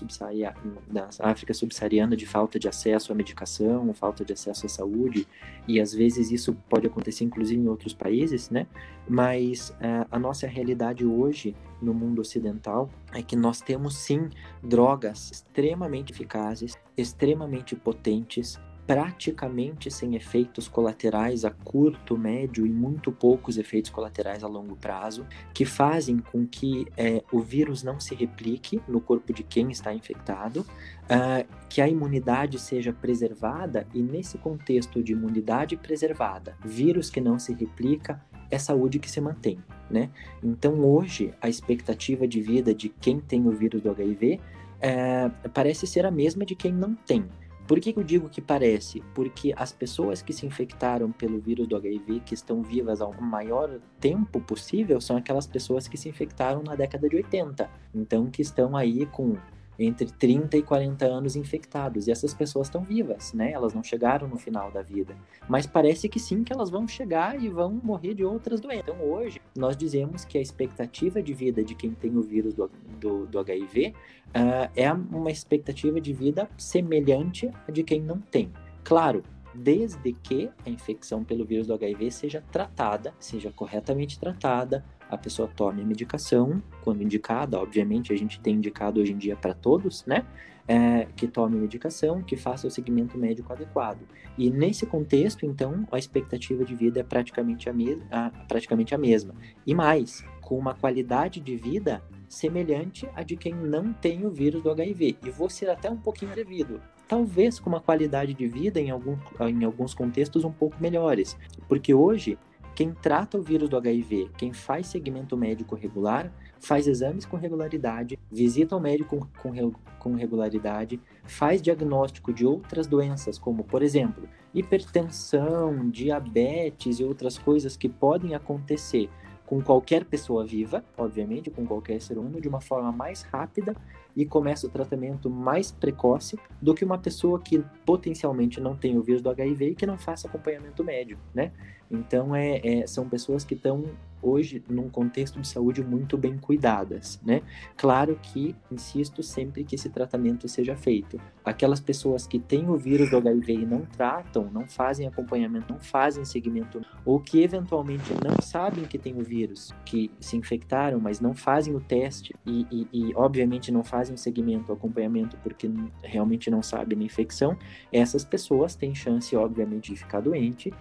subsaariana de falta de acesso à medicação, falta de acesso à saúde, e às vezes isso pode acontecer inclusive em outros países, né? Mas a nossa realidade hoje no mundo ocidental é que nós temos sim drogas extremamente eficazes, extremamente potentes, praticamente sem efeitos colaterais a curto, médio e muito poucos efeitos colaterais a longo prazo, que fazem com que o vírus não se replique no corpo de quem está infectado, que a imunidade seja preservada, e nesse contexto de imunidade preservada, vírus que não se replica, é saúde que se mantém, né? Então hoje a expectativa de vida de quem tem o vírus do HIV parece ser a mesma de quem não tem. Por que eu digo que parece? Porque as pessoas que se infectaram pelo vírus do HIV, que estão vivas ao maior tempo possível, são aquelas pessoas que se infectaram na década de 80. Então, que estão aí com entre 30 e 40 anos infectados. E essas pessoas estão vivas, né? Elas não chegaram no final da vida. Mas parece que sim, que elas vão chegar e vão morrer de outras doenças. Então, hoje, nós dizemos que a expectativa de vida de quem tem o vírus do HIV é uma expectativa de vida semelhante à de quem não tem. Claro, desde que a infecção pelo vírus do HIV seja corretamente tratada, a pessoa tome a medicação, quando indicada, obviamente, a gente tem indicado hoje em dia para todos, né? Que tome a medicação, que faça o segmento médico adequado. E nesse contexto, então, a expectativa de vida é praticamente a mesma. E mais, com uma qualidade de vida semelhante à de quem não tem o vírus do HIV. E vou ser até um pouquinho atrevido. Talvez com uma qualidade de vida, em alguns contextos, um pouco melhores. Porque hoje, quem trata o vírus do HIV, quem faz segmento médico regular, faz exames com regularidade, visita o médico com regularidade, faz diagnóstico de outras doenças, como, por exemplo, hipertensão, diabetes e outras coisas que podem acontecer com qualquer pessoa viva, obviamente, com qualquer ser humano, de uma forma mais rápida, e começa o tratamento mais precoce do que uma pessoa que potencialmente não tem o vírus do HIV e que não faça acompanhamento médico, né? Então, são pessoas que estão hoje num contexto de saúde muito bem cuidadas, né? Claro que, insisto, sempre que esse tratamento seja feito. Aquelas pessoas que têm o vírus do HIV e não tratam, não fazem acompanhamento, não fazem seguimento, ou que eventualmente não sabem que tem o vírus, que se infectaram, mas não fazem o teste e obviamente não fazem o segmento, o acompanhamento, porque realmente não sabem da infecção, essas pessoas têm chance, obviamente, de ficar doente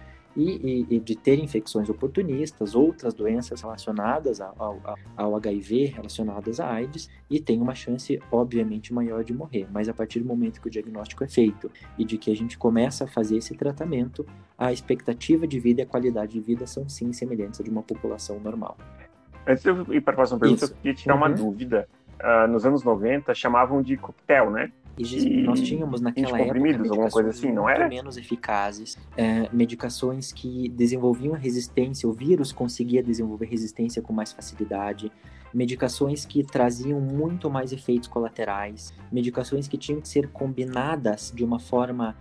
e de ter infecções oportunistas, outras doenças relacionadas ao HIV, relacionadas à AIDS, e tem uma chance, obviamente, maior de morrer. Mas a partir do momento que o diagnóstico é feito e de que a gente começa a fazer esse tratamento, a expectativa de vida e a qualidade de vida são sim semelhantes à de uma população normal. Antes de eu ir para a próxima pergunta, eu queria tirar uma dúvida. Nos anos 90, chamavam de coquetel, né? E nós tínhamos naquela época alguma coisa assim, não era? Menos eficazes, medicações que desenvolviam resistência, o vírus conseguia desenvolver resistência com mais facilidade, medicações que traziam muito mais efeitos colaterais, medicações que tinham que ser combinadas de uma forma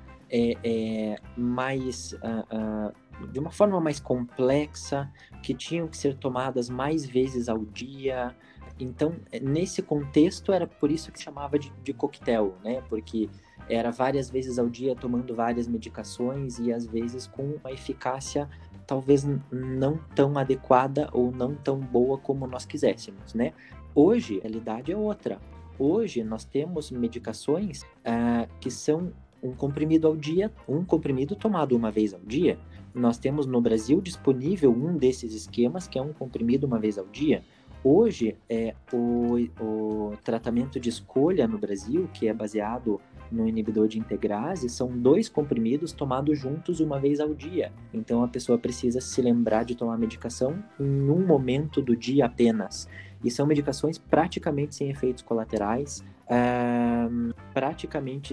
de uma forma mais complexa, que tinham que ser tomadas mais vezes ao dia. Então, nesse contexto, era por isso que se chamava de coquetel, né? Porque era várias vezes ao dia tomando várias medicações e às vezes com uma eficácia talvez não tão adequada ou não tão boa como nós quiséssemos, né? Hoje, a realidade é outra. Hoje, nós temos medicações que são um comprimido ao dia, um comprimido tomado uma vez ao dia. Nós temos no Brasil disponível um desses esquemas, que é um comprimido uma vez ao dia. Hoje, o tratamento de escolha no Brasil, que é baseado no inibidor de integrase, são 2 comprimidos tomados juntos uma vez ao dia. Então a pessoa precisa se lembrar de tomar medicação em um momento do dia apenas. E são medicações praticamente sem efeitos colaterais, praticamente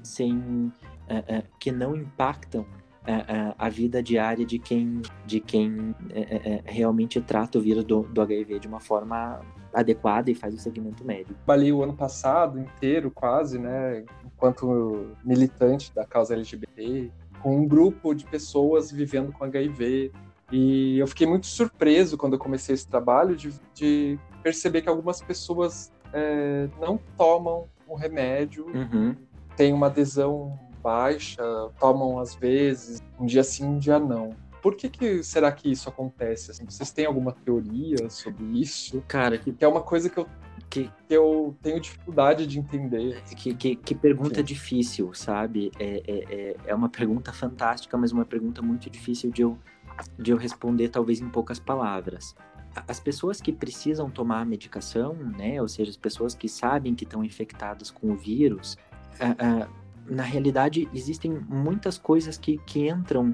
que não impactam a vida diária de quem realmente trata o vírus do HIV de uma forma adequada e faz o segmento médico. Trabalhei o ano passado inteiro, quase, né, enquanto militante da causa LGBT, com um grupo de pessoas vivendo com HIV. E eu fiquei muito surpreso quando eu comecei esse trabalho de perceber que algumas pessoas não tomam o remédio, têm uma adesão baixa, tomam às vezes, um dia sim, um dia não. Por que será que isso acontece? Assim, vocês têm alguma teoria sobre isso? Cara, que é uma coisa que eu tenho dificuldade de entender. Que pergunta difícil, sabe? É uma pergunta fantástica, mas uma pergunta muito difícil de eu responder, talvez em poucas palavras. As pessoas que precisam tomar a medicação, né? Ou seja, as pessoas que sabem que estão infectadas com o vírus, na realidade, existem muitas coisas que entram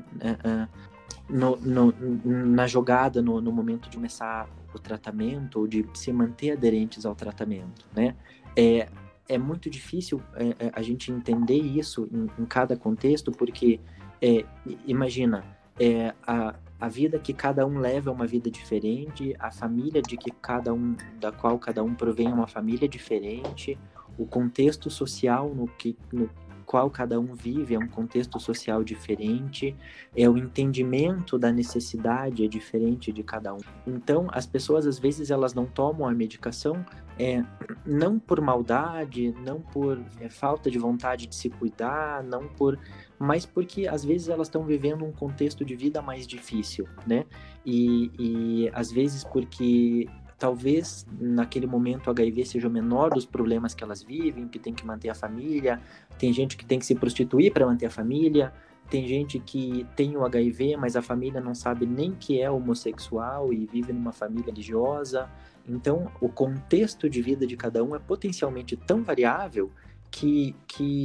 na jogada, no momento de começar o tratamento ou de se manter aderentes ao tratamento, né? É muito difícil a gente entender isso em cada contexto, porque imagina, a vida que cada um leva é uma vida diferente, a família da qual cada um provém é uma família diferente, o contexto social no qual cada um vive é um contexto social diferente, o entendimento da necessidade é diferente de cada um. Então, as pessoas, às vezes, elas não tomam a medicação não por maldade, não por falta de vontade de se cuidar, mas porque, às vezes, elas estão vivendo um contexto de vida mais difícil, né? E às vezes, porque talvez naquele momento o HIV seja o menor dos problemas que elas vivem, que tem que manter a família, tem gente que tem que se prostituir para manter a família, tem gente que tem o HIV, mas a família não sabe nem que é homossexual e vive numa família religiosa. Então, o contexto de vida de cada um é potencialmente tão variável que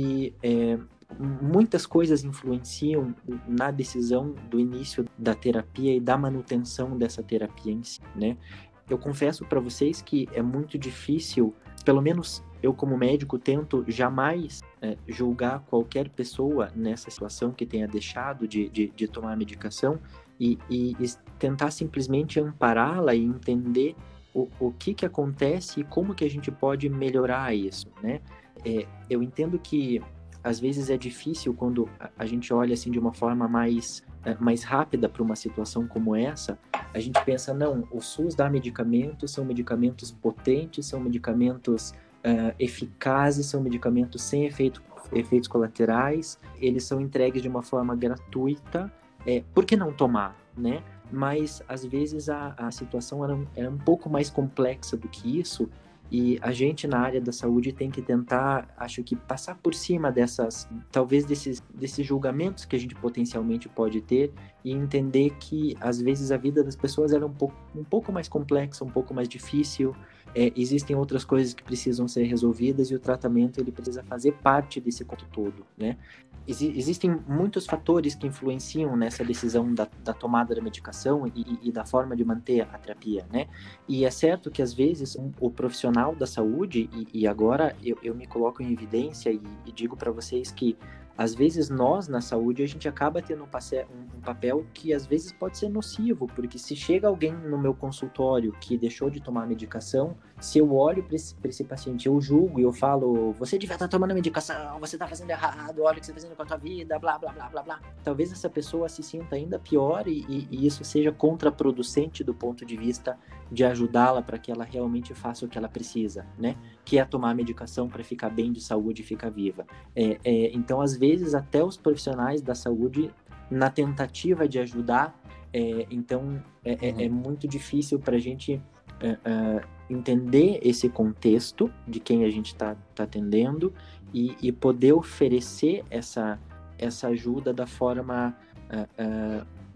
muitas coisas influenciam na decisão do início da terapia e da manutenção dessa terapia em si, né? Eu confesso para vocês que é muito difícil, pelo menos eu como médico tento jamais julgar qualquer pessoa nessa situação que tenha deixado de tomar a medicação e tentar simplesmente ampará-la e entender o que acontece e como que a gente pode melhorar isso, né? Eu entendo que às vezes é difícil quando a gente olha assim de uma forma mais rápida para uma situação como essa. A gente pensa, não, o SUS dá medicamentos, são medicamentos potentes, são medicamentos eficazes, são medicamentos sem efeitos colaterais, eles são entregues de uma forma gratuita, por que não tomar, né? Mas, às vezes, a situação era um pouco mais complexa do que isso, e a gente, na área da saúde, tem que tentar, acho que, passar por cima desses julgamentos que a gente potencialmente pode ter e entender que, às vezes, a vida das pessoas era um pouco mais complexa, um pouco mais difícil. Existem outras coisas que precisam ser resolvidas e o tratamento ele precisa fazer parte desse conto todo, né? Existem muitos fatores que influenciam nessa decisão da tomada da medicação e da forma de manter a terapia, né? E é certo que, às vezes, o profissional da saúde, e agora eu me coloco em evidência e digo para vocês que, às vezes, nós, na saúde, a gente acaba tendo um papel que, às vezes, pode ser nocivo, porque se chega alguém no meu consultório que deixou de tomar medicação, se eu olho para esse paciente, eu julgo e eu falo, você devia estar tomando medicação, você está fazendo errado, olha o que você está fazendo com a tua vida, blá, blá, blá, blá, blá. Talvez essa pessoa se sinta ainda pior e isso seja contraproducente do ponto de vista de ajudá-la para que ela realmente faça o que ela precisa, né? Que é tomar medicação para ficar bem de saúde e ficar viva. Então, às vezes, até os profissionais da saúde, na tentativa de ajudar, é muito difícil para a gente entender esse contexto de quem a gente está atendendo e poder oferecer essa ajuda da forma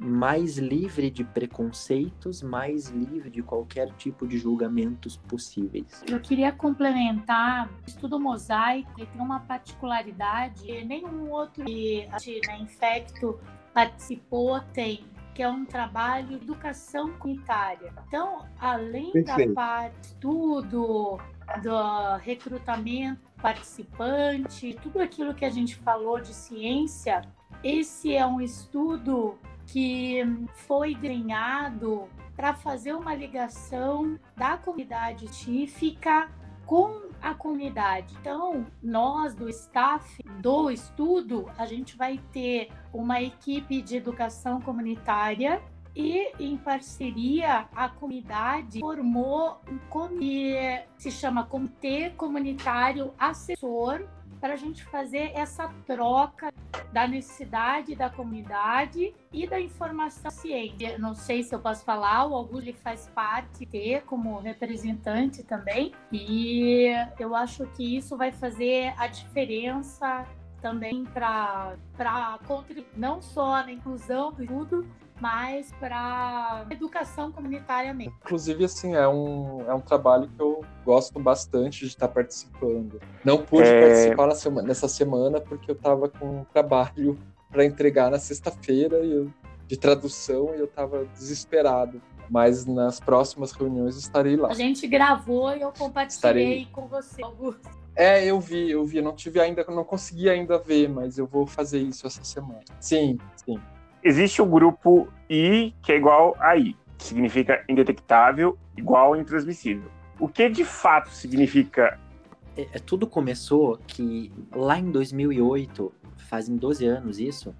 mais livre de preconceitos, mais livre de qualquer tipo de julgamentos possíveis. Eu queria complementar, o estudo mosaico ele tem uma particularidade que nenhum outro que na Infecto participou tem, que é um trabalho de educação comunitária. Então, além da parte de estudo, do recrutamento participante, tudo aquilo que a gente falou de ciência, esse é um estudo que foi desenhado para fazer uma ligação da comunidade científica com a comunidade. Então, nós do staff do estudo, a gente vai ter uma equipe de educação comunitária e, em parceria, a comunidade formou um comitê, se chama Comitê Comunitário Assessor, para a gente fazer essa troca da necessidade da comunidade e da informação ciente. Não sei se eu posso falar, o Augusto ele faz parte como representante também, e eu acho que isso vai fazer a diferença também para contribuir não só na inclusão do estudo, mas para educação comunitária mesmo. Inclusive, assim, é um trabalho que eu gosto bastante de estar participando. Não pude participar nessa semana porque eu estava com um trabalho para entregar na sexta-feira de tradução e eu estava desesperado. Mas nas próximas reuniões estarei lá. A gente gravou e eu compartilhei com você, Augusto. Eu vi, não consegui ainda ver, mas eu vou fazer isso essa semana. Sim. Existe o grupo I, que é igual a I, que significa indetectável, igual a intransmissível. O que de fato significa? Tudo começou que lá em 2008, fazem 12 anos isso,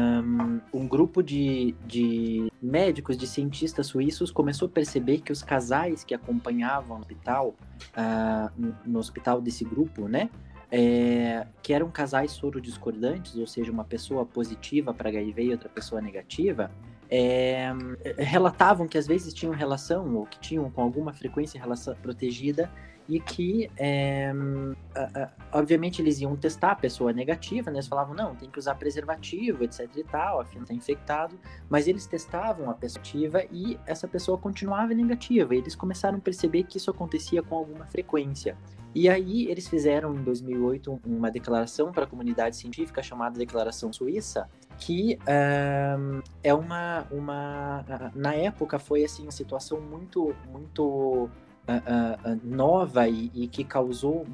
um grupo de médicos, de cientistas suíços começou a perceber que os casais que acompanhavam no hospital desse grupo, né, que eram casais sorodiscordantes, ou seja, uma pessoa positiva para HIV e outra pessoa negativa, relatavam que às vezes tinham relação, ou que tinham com alguma frequência relação protegida, e que, obviamente, eles iam testar a pessoa negativa, né? Eles falavam, não, tem que usar preservativo, etc e tal, afinal está infectado, mas eles testavam a pessoa ativa e essa pessoa continuava negativa, e eles começaram a perceber que isso acontecia com alguma frequência. E aí eles fizeram, em 2008, uma declaração para a comunidade científica chamada Declaração Suíça, que na época foi assim, uma situação muito nova e que causou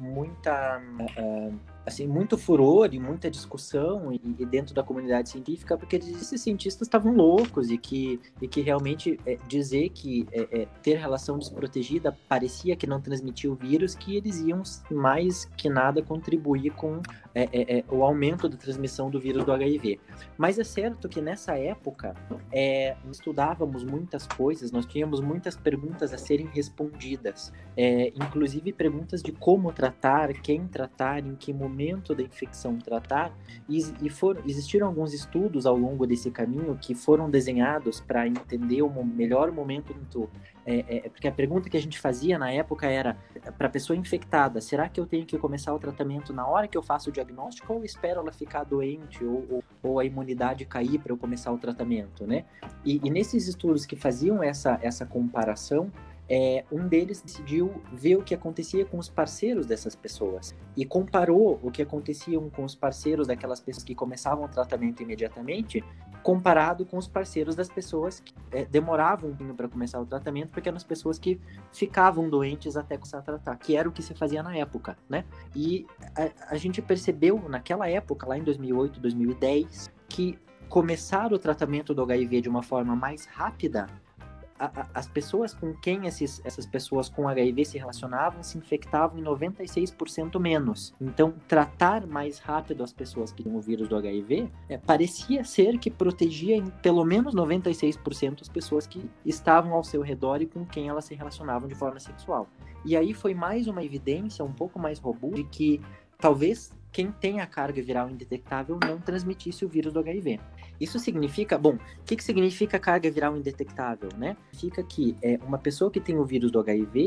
muito furor e muita discussão e dentro da comunidade científica, porque esses cientistas estavam loucos e que realmente dizer que ter relação desprotegida parecia que não transmitia o vírus, que eles iam mais que nada contribuir com o aumento da transmissão do vírus do HIV. Mas é certo que nessa época estudávamos muitas coisas, nós tínhamos muitas perguntas a serem respondidas, inclusive perguntas de como tratar, quem tratar, em que momento da infecção tratar, existiram alguns estudos ao longo desse caminho que foram desenhados para entender o melhor momento porque a pergunta que a gente fazia na época era, para a pessoa infectada, será que eu tenho que começar o tratamento na hora que eu faço o diagnóstico ou espero ela ficar doente ou a imunidade cair para eu começar o tratamento, né? E nesses estudos que faziam essa comparação, um deles decidiu ver o que acontecia com os parceiros dessas pessoas e comparou o que acontecia com os parceiros daquelas pessoas que começavam o tratamento imediatamente, comparado com os parceiros das pessoas que demoravam um pouquinho para começar o tratamento, porque eram as pessoas que ficavam doentes até começar a tratar, que era o que se fazia na época, né? E a gente percebeu naquela época, lá em 2008, 2010, que começar o tratamento do HIV de uma forma mais rápida, as pessoas com quem essas pessoas com HIV se relacionavam se infectavam em 96% menos. Então, tratar mais rápido as pessoas que têm o vírus do HIV parecia ser que protegia em pelo menos 96% as pessoas que estavam ao seu redor e com quem elas se relacionavam de forma sexual. E aí foi mais uma evidência um pouco mais robusta de que talvez quem tem a carga viral indetectável não transmitisse o vírus do HIV. Isso significa, o que significa carga viral indetectável, né? Significa que uma pessoa que tem o vírus do HIV,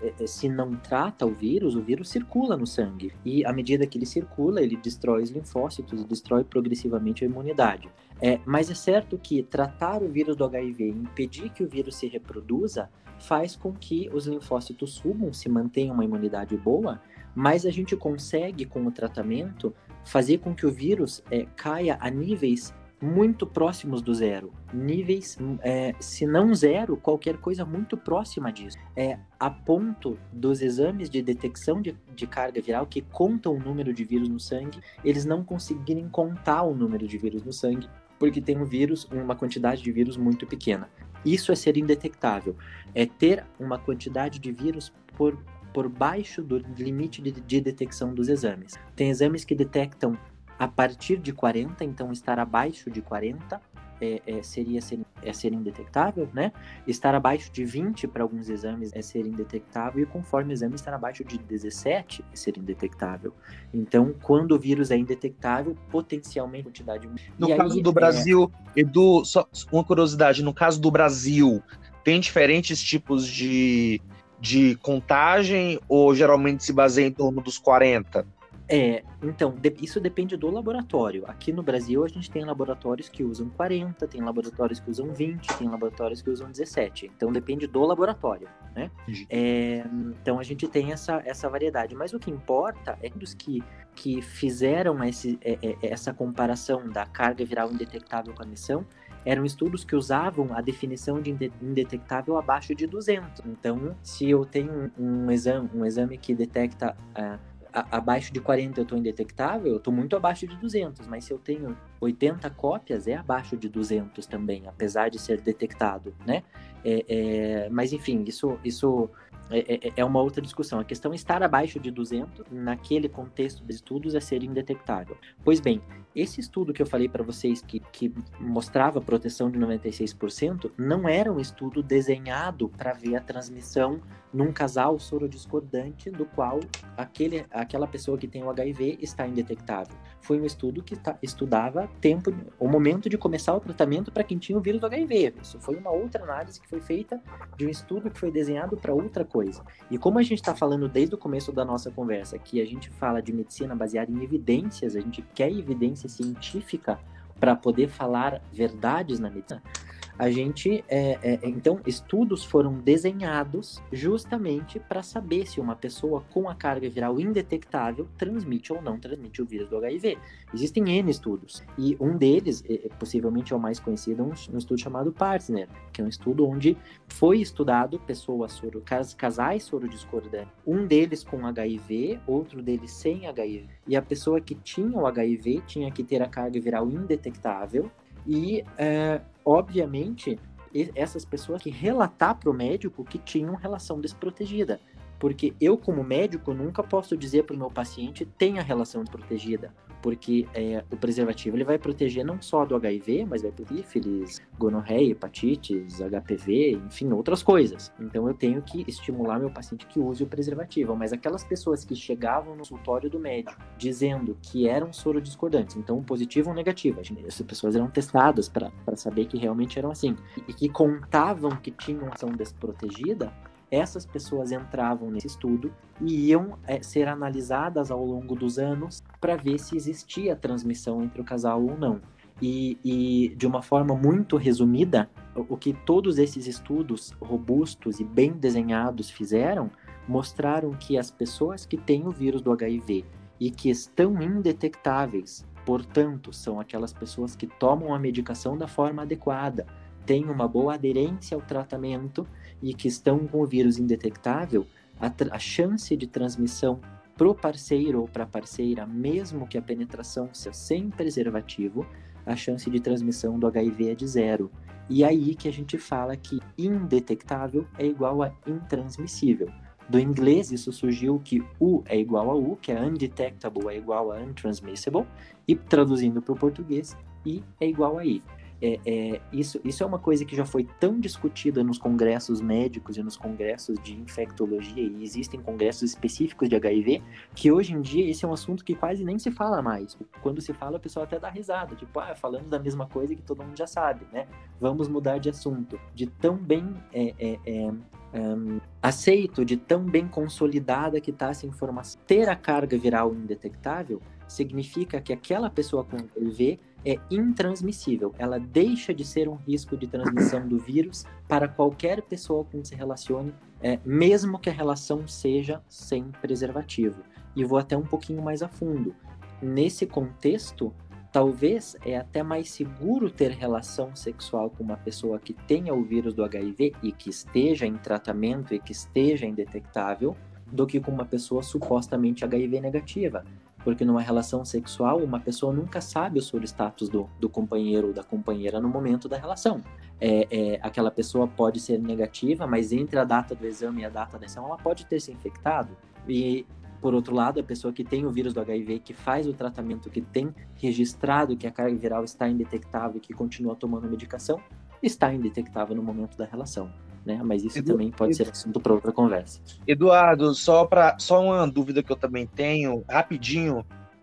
se não trata o vírus circula no sangue. E à medida que ele circula, ele destrói os linfócitos e destrói progressivamente a imunidade. Mas é certo que tratar o vírus do HIV e impedir que o vírus se reproduza faz com que os linfócitos subam, se mantenha uma imunidade boa, mas a gente consegue, com o tratamento, fazer com que o vírus caia a níveis muito próximos do zero. Níveis, se não zero, qualquer coisa muito próxima disso. A ponto dos exames de detecção de carga viral, que contam o número de vírus no sangue, eles não conseguirem contar o número de vírus no sangue, porque tem uma quantidade de vírus muito pequena. Isso é ser indetectável. É ter uma quantidade de vírus por baixo do limite de detecção dos exames. Tem exames que detectam a partir de 40, então estar abaixo de 40 seria ser indetectável, né? Estar abaixo de 20 para alguns exames é ser indetectável, e conforme o exame estar abaixo de 17 é ser indetectável. Então, quando o vírus é indetectável, potencialmente a quantidade... No caso do Brasil, Edu, só uma curiosidade, no caso do Brasil, tem diferentes tipos de contagem ou geralmente se baseia em torno dos 40? Então, isso depende do laboratório. Aqui no Brasil, a gente tem laboratórios que usam 40, tem laboratórios que usam 20, tem laboratórios que usam 17. Então, depende do laboratório, né? Então, a gente tem essa variedade. Mas o que importa é que os que fizeram essa comparação da carga viral indetectável com a missão eram estudos que usavam a definição de indetectável abaixo de 200. Então, se eu tenho um exame que detecta... abaixo de 40 eu estou indetectável, eu estou muito abaixo de 200, mas se eu tenho 80 cópias, é abaixo de 200 também, apesar de ser detectado, né? Mas enfim, isso é uma outra discussão. A questão é estar abaixo de 200, naquele contexto de estudos, é ser indetectável. Pois bem, esse estudo que eu falei para vocês, que mostrava proteção de 96%, não era um estudo desenhado para ver a transmissão num casal sorodiscordante do qual aquela pessoa que tem o HIV está indetectável. Foi um estudo que estudava o momento de começar o tratamento para quem tinha o vírus do HIV. Isso foi uma outra análise que foi feita de um estudo que foi desenhado para outra coisa. E como a gente está falando desde o começo da nossa conversa, que a gente fala de medicina baseada em evidências, a gente quer evidência científica para poder falar verdades na medicina, a gente, então, estudos foram desenhados justamente para saber se uma pessoa com a carga viral indetectável transmite ou não transmite o vírus do HIV. Existem N estudos, e um deles, possivelmente é o mais conhecido, é um estudo chamado Partner, que é um estudo onde foi estudado casais sorodiscordantes, um deles com HIV, outro deles sem HIV, e a pessoa que tinha o HIV tinha que ter a carga viral indetectável, e, obviamente, essas pessoas que relatar para o médico que tinham relação desprotegida. Porque eu, como médico, nunca posso dizer para o meu paciente tenha relação desprotegida. Porque o preservativo ele vai proteger não só do HIV, mas vai proteger sífilis, gonorreia, hepatites, HPV, enfim, outras coisas. Então eu tenho que estimular meu paciente que use o preservativo. Mas aquelas pessoas que chegavam no consultório do médico dizendo que eram sorodiscordantes, então positivo ou negativo, essas pessoas eram testadas para saber que realmente eram assim, e que contavam que tinham ação desprotegida, essas pessoas entravam nesse estudo e iam ser analisadas ao longo dos anos para ver se existia transmissão entre o casal ou não. E de uma forma muito resumida, o que todos esses estudos robustos e bem desenhados fizeram, mostraram que as pessoas que têm o vírus do HIV e que estão indetectáveis, portanto, são aquelas pessoas que tomam a medicação da forma adequada, têm uma boa aderência ao tratamento e que estão com o vírus indetectável, a chance de transmissão pro parceiro ou para a parceira, mesmo que a penetração seja sem preservativo, a chance de transmissão do HIV é de 0. E aí que a gente fala que indetectável é igual a intransmissível. Do inglês, isso surgiu que U é igual a U, que é undetectable é igual a untransmissible, e traduzindo para o português, I é igual a I. Isso é uma coisa que já foi tão discutida nos congressos médicos e nos congressos de infectologia, e existem congressos específicos de HIV, que hoje em dia esse é um assunto que quase nem se fala mais. Quando se fala, a pessoa até dá risada, tipo, falando da mesma coisa que todo mundo já sabe, né? Vamos mudar de assunto. De tão bem aceito, de tão bem consolidada que está essa informação. Ter a carga viral indetectável significa que aquela pessoa com HIV é intransmissível. Ela deixa de ser um risco de transmissão do vírus para qualquer pessoa com que se relacione, mesmo que a relação seja sem preservativo. E vou até um pouquinho mais a fundo. Nesse contexto, talvez é até mais seguro ter relação sexual com uma pessoa que tenha o vírus do HIV e que esteja em tratamento e que esteja indetectável, do que com uma pessoa supostamente HIV negativa. Porque numa relação sexual, uma pessoa nunca sabe sobre o status do companheiro ou da companheira no momento da relação. Aquela pessoa pode ser negativa, mas entre a data do exame e a data da ação, ela pode ter se infectado. E, por outro lado, a pessoa que tem o vírus do HIV, que faz o tratamento, que tem registrado que a carga viral está indetectável e que continua tomando medicação, está indetectável no momento da relação. Né? Mas isso também pode ser assunto para outra conversa. Eduardo, só uma dúvida que eu também tenho, rapidinho,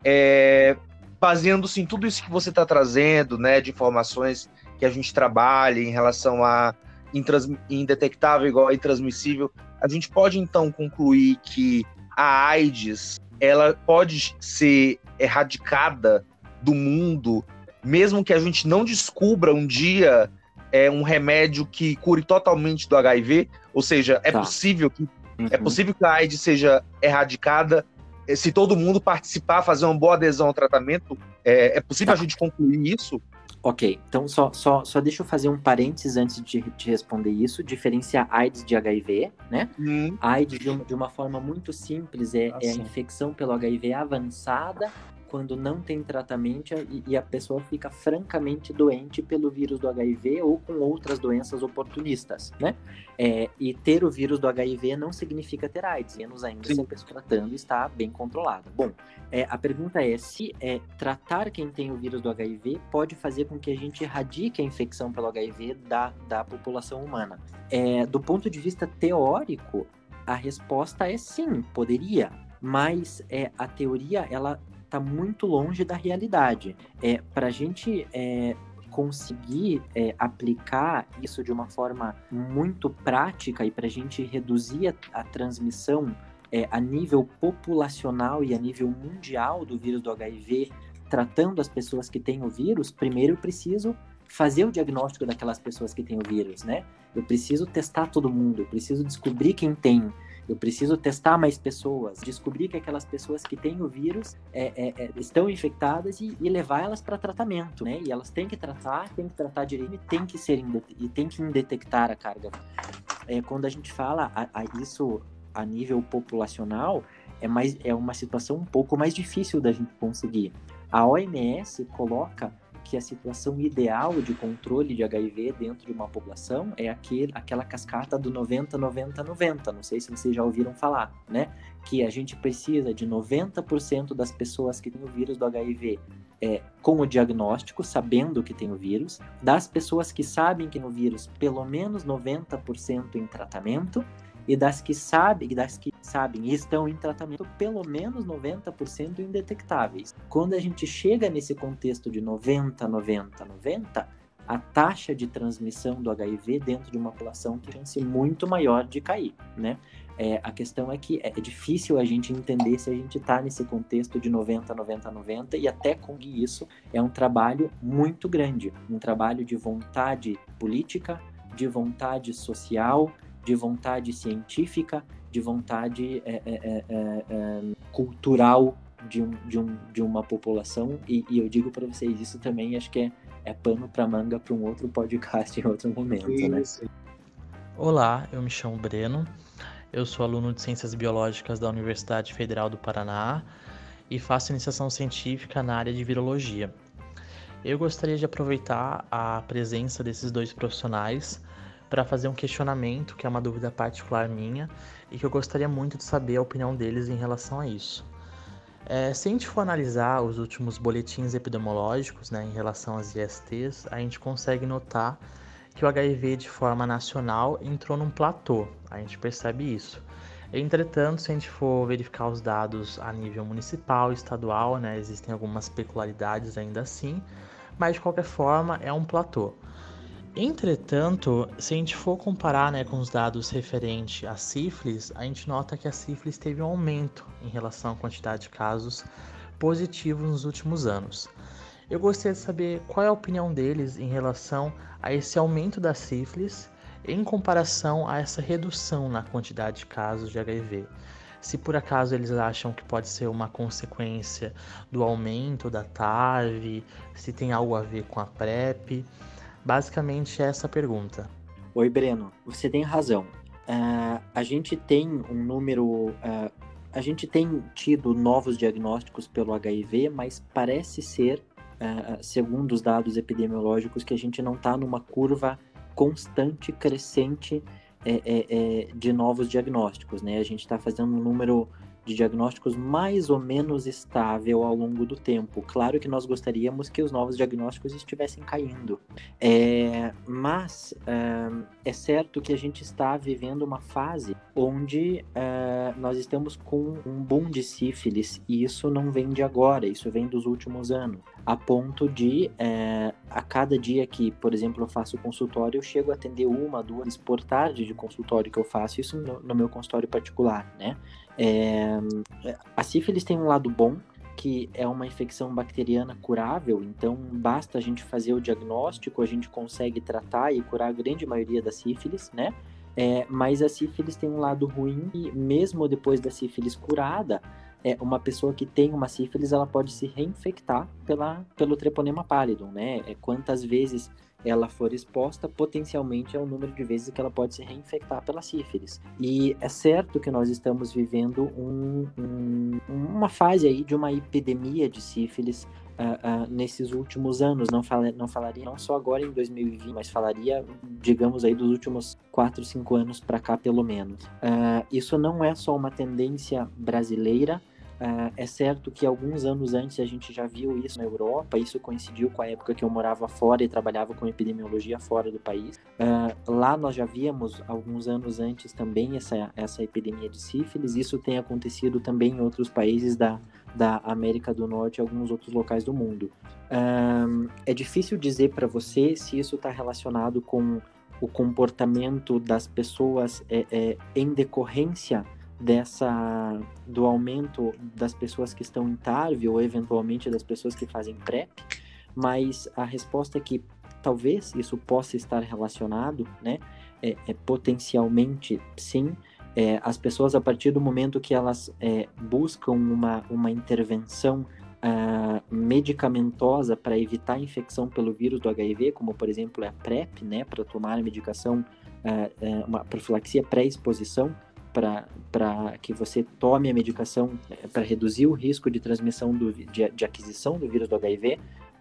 fazendo assim, tudo isso que você está trazendo, né, de informações que a gente trabalha em relação a indetectável igual a intransmissível, a gente pode então concluir que a AIDS ela pode ser erradicada do mundo, mesmo que a gente não descubra um dia um remédio que cure totalmente do HIV, ou seja, é possível que a AIDS seja erradicada se todo mundo participar, fazer uma boa adesão ao tratamento. É possível a gente concluir isso? Ok, então só deixa eu fazer um parênteses antes de responder isso, diferenciar AIDS de HIV, né? AIDS, de uma forma muito simples, é a infecção pelo HIV avançada, quando não tem tratamento e a pessoa fica francamente doente pelo vírus do HIV ou com outras doenças oportunistas, né? E ter o vírus do HIV não significa ter AIDS, menos ainda se a pessoa tratando está bem controlada. Bom, a pergunta é se tratar quem tem o vírus do HIV pode fazer com que a gente erradique a infecção pelo HIV da população humana. Do ponto de vista teórico, a resposta é sim, poderia, mas a teoria, ela está muito longe da realidade. Para a gente conseguir aplicar isso de uma forma muito prática e para a gente reduzir a transmissão a nível populacional e a nível mundial do vírus do HIV, tratando as pessoas que têm o vírus, primeiro eu preciso fazer o diagnóstico daquelas pessoas que têm o vírus, né? Eu preciso testar todo mundo, eu preciso descobrir quem tem. Eu preciso testar mais pessoas, descobrir que aquelas pessoas que têm o vírus estão infectadas e levar elas para tratamento, né? E elas têm que tratar direito e tem que indetectar a carga. Quando a gente fala isso a nível populacional, é uma situação um pouco mais difícil da gente conseguir. A OMS coloca que a situação ideal de controle de HIV dentro de uma população é aquela cascata do 90-90-90, não sei se vocês já ouviram falar, né? Que a gente precisa de 90% das pessoas que têm o vírus do HIV com o diagnóstico, sabendo que tem o vírus, das pessoas que sabem que tem o vírus, pelo menos 90% em tratamento, e das que sabem e estão em tratamento, pelo menos 90% indetectáveis. Quando a gente chega nesse contexto de 90-90-90, a taxa de transmissão do HIV dentro de uma população tem chance muito maior de cair, né? A questão é que é difícil a gente entender se a gente está nesse contexto de 90-90-90 e até conseguir isso é um trabalho muito grande, um trabalho de vontade política, de vontade social, de vontade científica, de vontade cultural de uma população, e eu digo para vocês, isso também acho que é pano para manga para um outro podcast em outro momento, né? Olá, eu me chamo Breno, eu sou aluno de Ciências Biológicas da Universidade Federal do Paraná e faço iniciação científica na área de virologia. Eu gostaria de aproveitar a presença desses dois profissionais para fazer um questionamento, que é uma dúvida particular minha, e que eu gostaria muito de saber a opinião deles em relação a isso. Se a gente for analisar os últimos boletins epidemiológicos, né, em relação às ISTs, a gente consegue notar que o HIV de forma nacional entrou num platô, a gente percebe isso. Entretanto, se a gente for verificar os dados a nível municipal, estadual, né, existem algumas peculiaridades ainda assim, mas de qualquer forma é um platô. Entretanto, se a gente for comparar, né, com os dados referentes à sífilis, a gente nota que a sífilis teve um aumento em relação à quantidade de casos positivos nos últimos anos. Eu gostaria de saber qual é a opinião deles em relação a esse aumento da sífilis em comparação a essa redução na quantidade de casos de HIV. Se por acaso eles acham que pode ser uma consequência do aumento da TAV, se tem algo a ver com a PrEP. Basicamente é essa a pergunta. Oi, Breno, você tem razão. A gente tem um número... a gente tem tido novos diagnósticos pelo HIV, mas parece ser, segundo os dados epidemiológicos, que a gente não está numa curva constante, crescente de novos diagnósticos, né? A gente está fazendo um número de diagnósticos mais ou menos estável ao longo do tempo. Claro que nós gostaríamos que os novos diagnósticos estivessem caindo, mas é certo que a gente está vivendo uma fase onde nós estamos com um boom de sífilis, e isso não vem de agora, isso vem dos últimos anos, a ponto de a cada dia que, por exemplo, eu faço consultório, eu chego a atender 1, 2 por tarde de consultório que eu faço, isso no meu consultório particular, né? A sífilis tem um lado bom, que é uma infecção bacteriana curável, então basta a gente fazer o diagnóstico, a gente consegue tratar e curar a grande maioria da sífilis, né? Mas a sífilis tem um lado ruim, e mesmo depois da sífilis curada, uma pessoa que tem uma sífilis, ela pode se reinfectar pelo treponema pallidum, né? Quantas vezes ela for exposta, potencialmente é o número de vezes que ela pode se reinfectar pela sífilis. E é certo que nós estamos vivendo uma fase aí de uma epidemia de sífilis nesses últimos anos. Não falaria não só agora em 2020, mas falaria, digamos aí, dos últimos 4, 5 anos para cá, pelo menos. Isso não é só uma tendência brasileira. É certo que alguns anos antes a gente já viu isso na Europa, isso coincidiu com a época que eu morava fora e trabalhava com epidemiologia fora do país. Lá nós já víamos alguns anos antes também essa epidemia de sífilis, isso tem acontecido também em outros países da América do Norte e alguns outros locais do mundo. É difícil dizer para você se isso está relacionado com o comportamento das pessoas em decorrência do aumento das pessoas que estão em TARV ou eventualmente das pessoas que fazem PrEP, mas a resposta é que talvez isso possa estar relacionado, né? Potencialmente sim. As pessoas, a partir do momento que elas buscam uma intervenção medicamentosa para evitar a infecção pelo vírus do HIV, como por exemplo a PrEP, né, para tomar a medicação, uma profilaxia pré-exposição, para que você tome a medicação para reduzir o risco de transmissão de aquisição do vírus do HIV.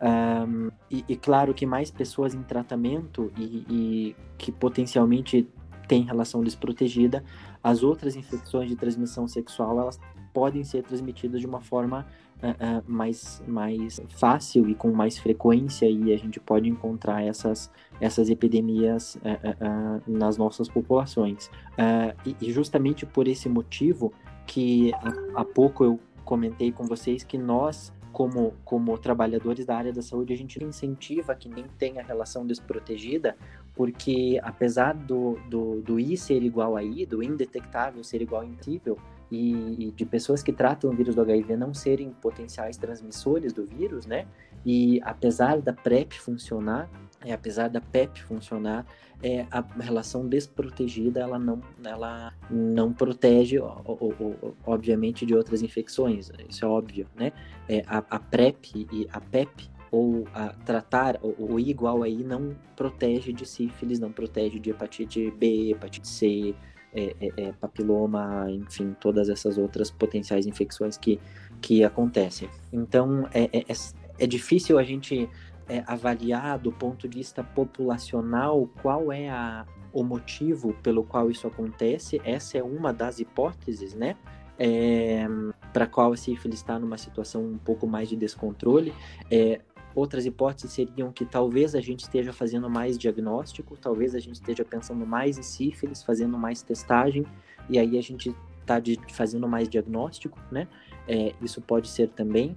E claro que mais pessoas em tratamento e que potencialmente têm relação desprotegida, as outras infecções de transmissão sexual, elas podem ser transmitidas de uma forma mais fácil e com mais frequência, e a gente pode encontrar essas epidemias nas nossas populações. E justamente por esse motivo que há pouco eu comentei com vocês que nós, como trabalhadores da área da saúde, a gente incentiva que nem tenha relação desprotegida, porque apesar do I ser igual a I, do indetectável ser igual a intransmissível, e de pessoas que tratam o vírus do HIV não serem potenciais transmissores do vírus, né? E apesar da PrEP funcionar, apesar da PEP funcionar, a relação desprotegida ela não protege, obviamente, de outras infecções, isso é óbvio, né? A PrEP e a PEP, ou a tratar o I igual a I, não protege de sífilis, não protege de hepatite B, hepatite C, papiloma, enfim, todas essas outras potenciais infecções que acontecem. Então, é difícil a gente avaliar do ponto de vista populacional qual é o motivo pelo qual isso acontece. Essa é uma das hipóteses, né? para qual a sífilis está numa situação um pouco mais de descontrole. Outras hipóteses seriam que talvez a gente esteja fazendo mais diagnóstico, talvez a gente esteja pensando mais em sífilis, fazendo mais testagem, e aí a gente está fazendo mais diagnóstico, né? Isso pode ser também.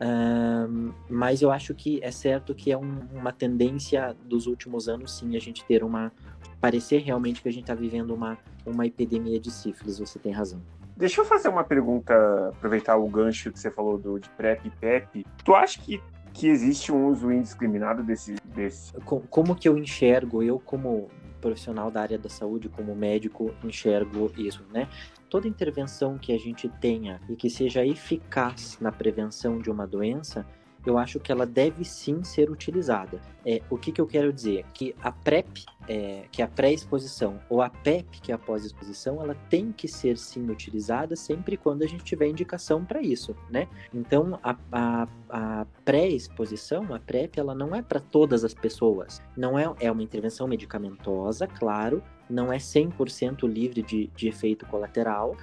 Mas eu acho que é certo que é uma tendência dos últimos anos, sim, a gente ter parecer realmente que a gente está vivendo uma epidemia de sífilis, você tem razão. Deixa eu fazer uma pergunta, aproveitar o gancho que você falou de PrEP e PEP. Tu acha que existe um uso indiscriminado desse? Como que eu enxergo, eu como profissional da área da saúde, como médico, enxergo isso, né? Toda intervenção que a gente tenha e que seja eficaz na prevenção de uma doença, eu acho que ela deve sim ser utilizada. O que eu quero dizer? Que a PrEP, que é a pré-exposição, ou a PEP, que é a pós-exposição, ela tem que ser sim utilizada sempre quando a gente tiver indicação para isso, né? Então, a pré-exposição, a PrEP, ela não é para todas as pessoas. Não é uma intervenção medicamentosa, claro, não é 100% livre de efeito colateral,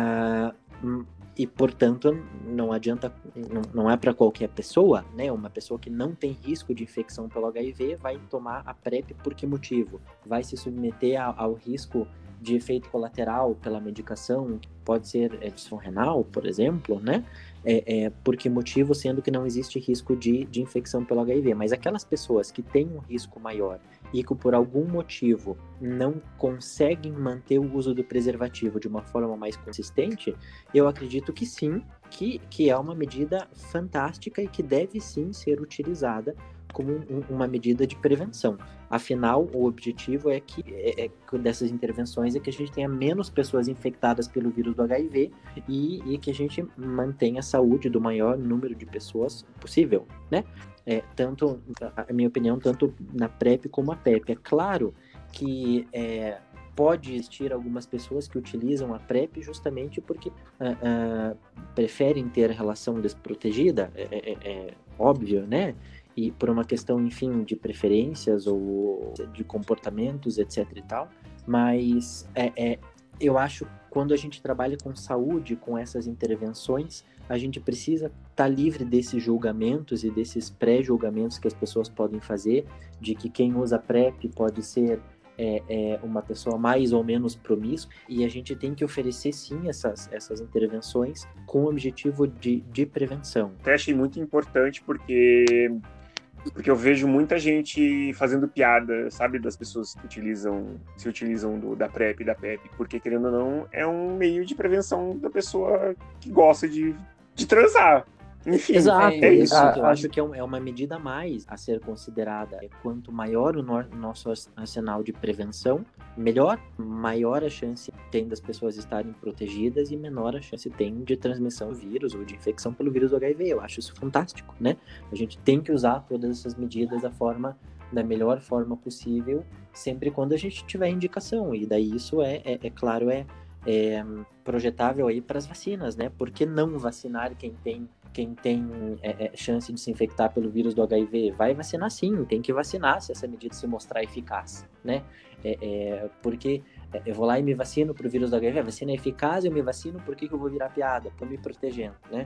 e, portanto, não adianta, não é para qualquer pessoa, né? Uma pessoa que não tem risco de infecção pelo HIV vai tomar a PrEP por que motivo? Vai se submeter ao risco de efeito colateral pela medicação, que pode ser disfunção renal, por exemplo, né? Por que motivo? Sendo que não existe risco de infecção pelo HIV. Mas aquelas pessoas que têm um risco maior e que por algum motivo não conseguem manter o uso do preservativo de uma forma mais consistente, eu acredito que sim, que é uma medida fantástica e que deve sim ser utilizada como uma medida de prevenção. Afinal, o objetivo é que dessas intervenções é que a gente tenha menos pessoas infectadas pelo vírus do HIV e que a gente mantenha a saúde do maior número de pessoas possível, né? Tanto, a minha opinião, tanto na PrEP como a PEP. É claro que pode existir algumas pessoas que utilizam a PrEP justamente porque preferem ter relação desprotegida, óbvio, né? E por uma questão, enfim, de preferências ou de comportamentos, etc e tal. Mas eu acho que quando a gente trabalha com saúde, com essas intervenções, a gente precisa estar livre desses julgamentos e desses pré-julgamentos que as pessoas podem fazer, de que quem usa PrEP pode ser uma pessoa mais ou menos promíscua, e a gente tem que oferecer sim essas intervenções com o objetivo de prevenção. Eu achei muito importante porque eu vejo muita gente fazendo piada, sabe, das pessoas que se utilizam da PrEP e da PEP, porque, querendo ou não, é um meio de prevenção da pessoa que gosta de transar. Enfim, exato, é isso. Eu acho que é uma medida a mais a ser considerada. Quanto maior o nosso arsenal de prevenção, melhor, maior a chance tem das pessoas estarem protegidas e menor a chance tem de transmissão do vírus ou de infecção pelo vírus do HIV. Eu acho isso fantástico, né? A gente tem que usar todas essas medidas da melhor forma possível, sempre quando a gente tiver indicação. E daí isso claro, projetável aí para as vacinas, né? Por que não vacinar quem tem chance de se infectar pelo vírus do HIV? Vai vacinar sim, tem que vacinar se essa medida se mostrar eficaz, né? Porque eu vou lá e me vacino para o vírus do HIV, a vacina é eficaz, eu me vacino, por que eu vou virar piada? Estou me protegendo, né?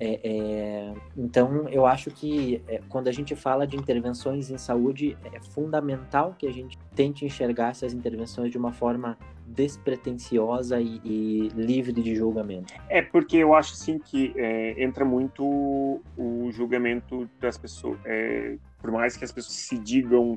Então, eu acho que quando a gente fala de intervenções em saúde, é fundamental que a gente tente enxergar essas intervenções de uma forma despretensiosa e livre de julgamento. Porque eu acho assim que entra muito o julgamento das pessoas, por mais que as pessoas se digam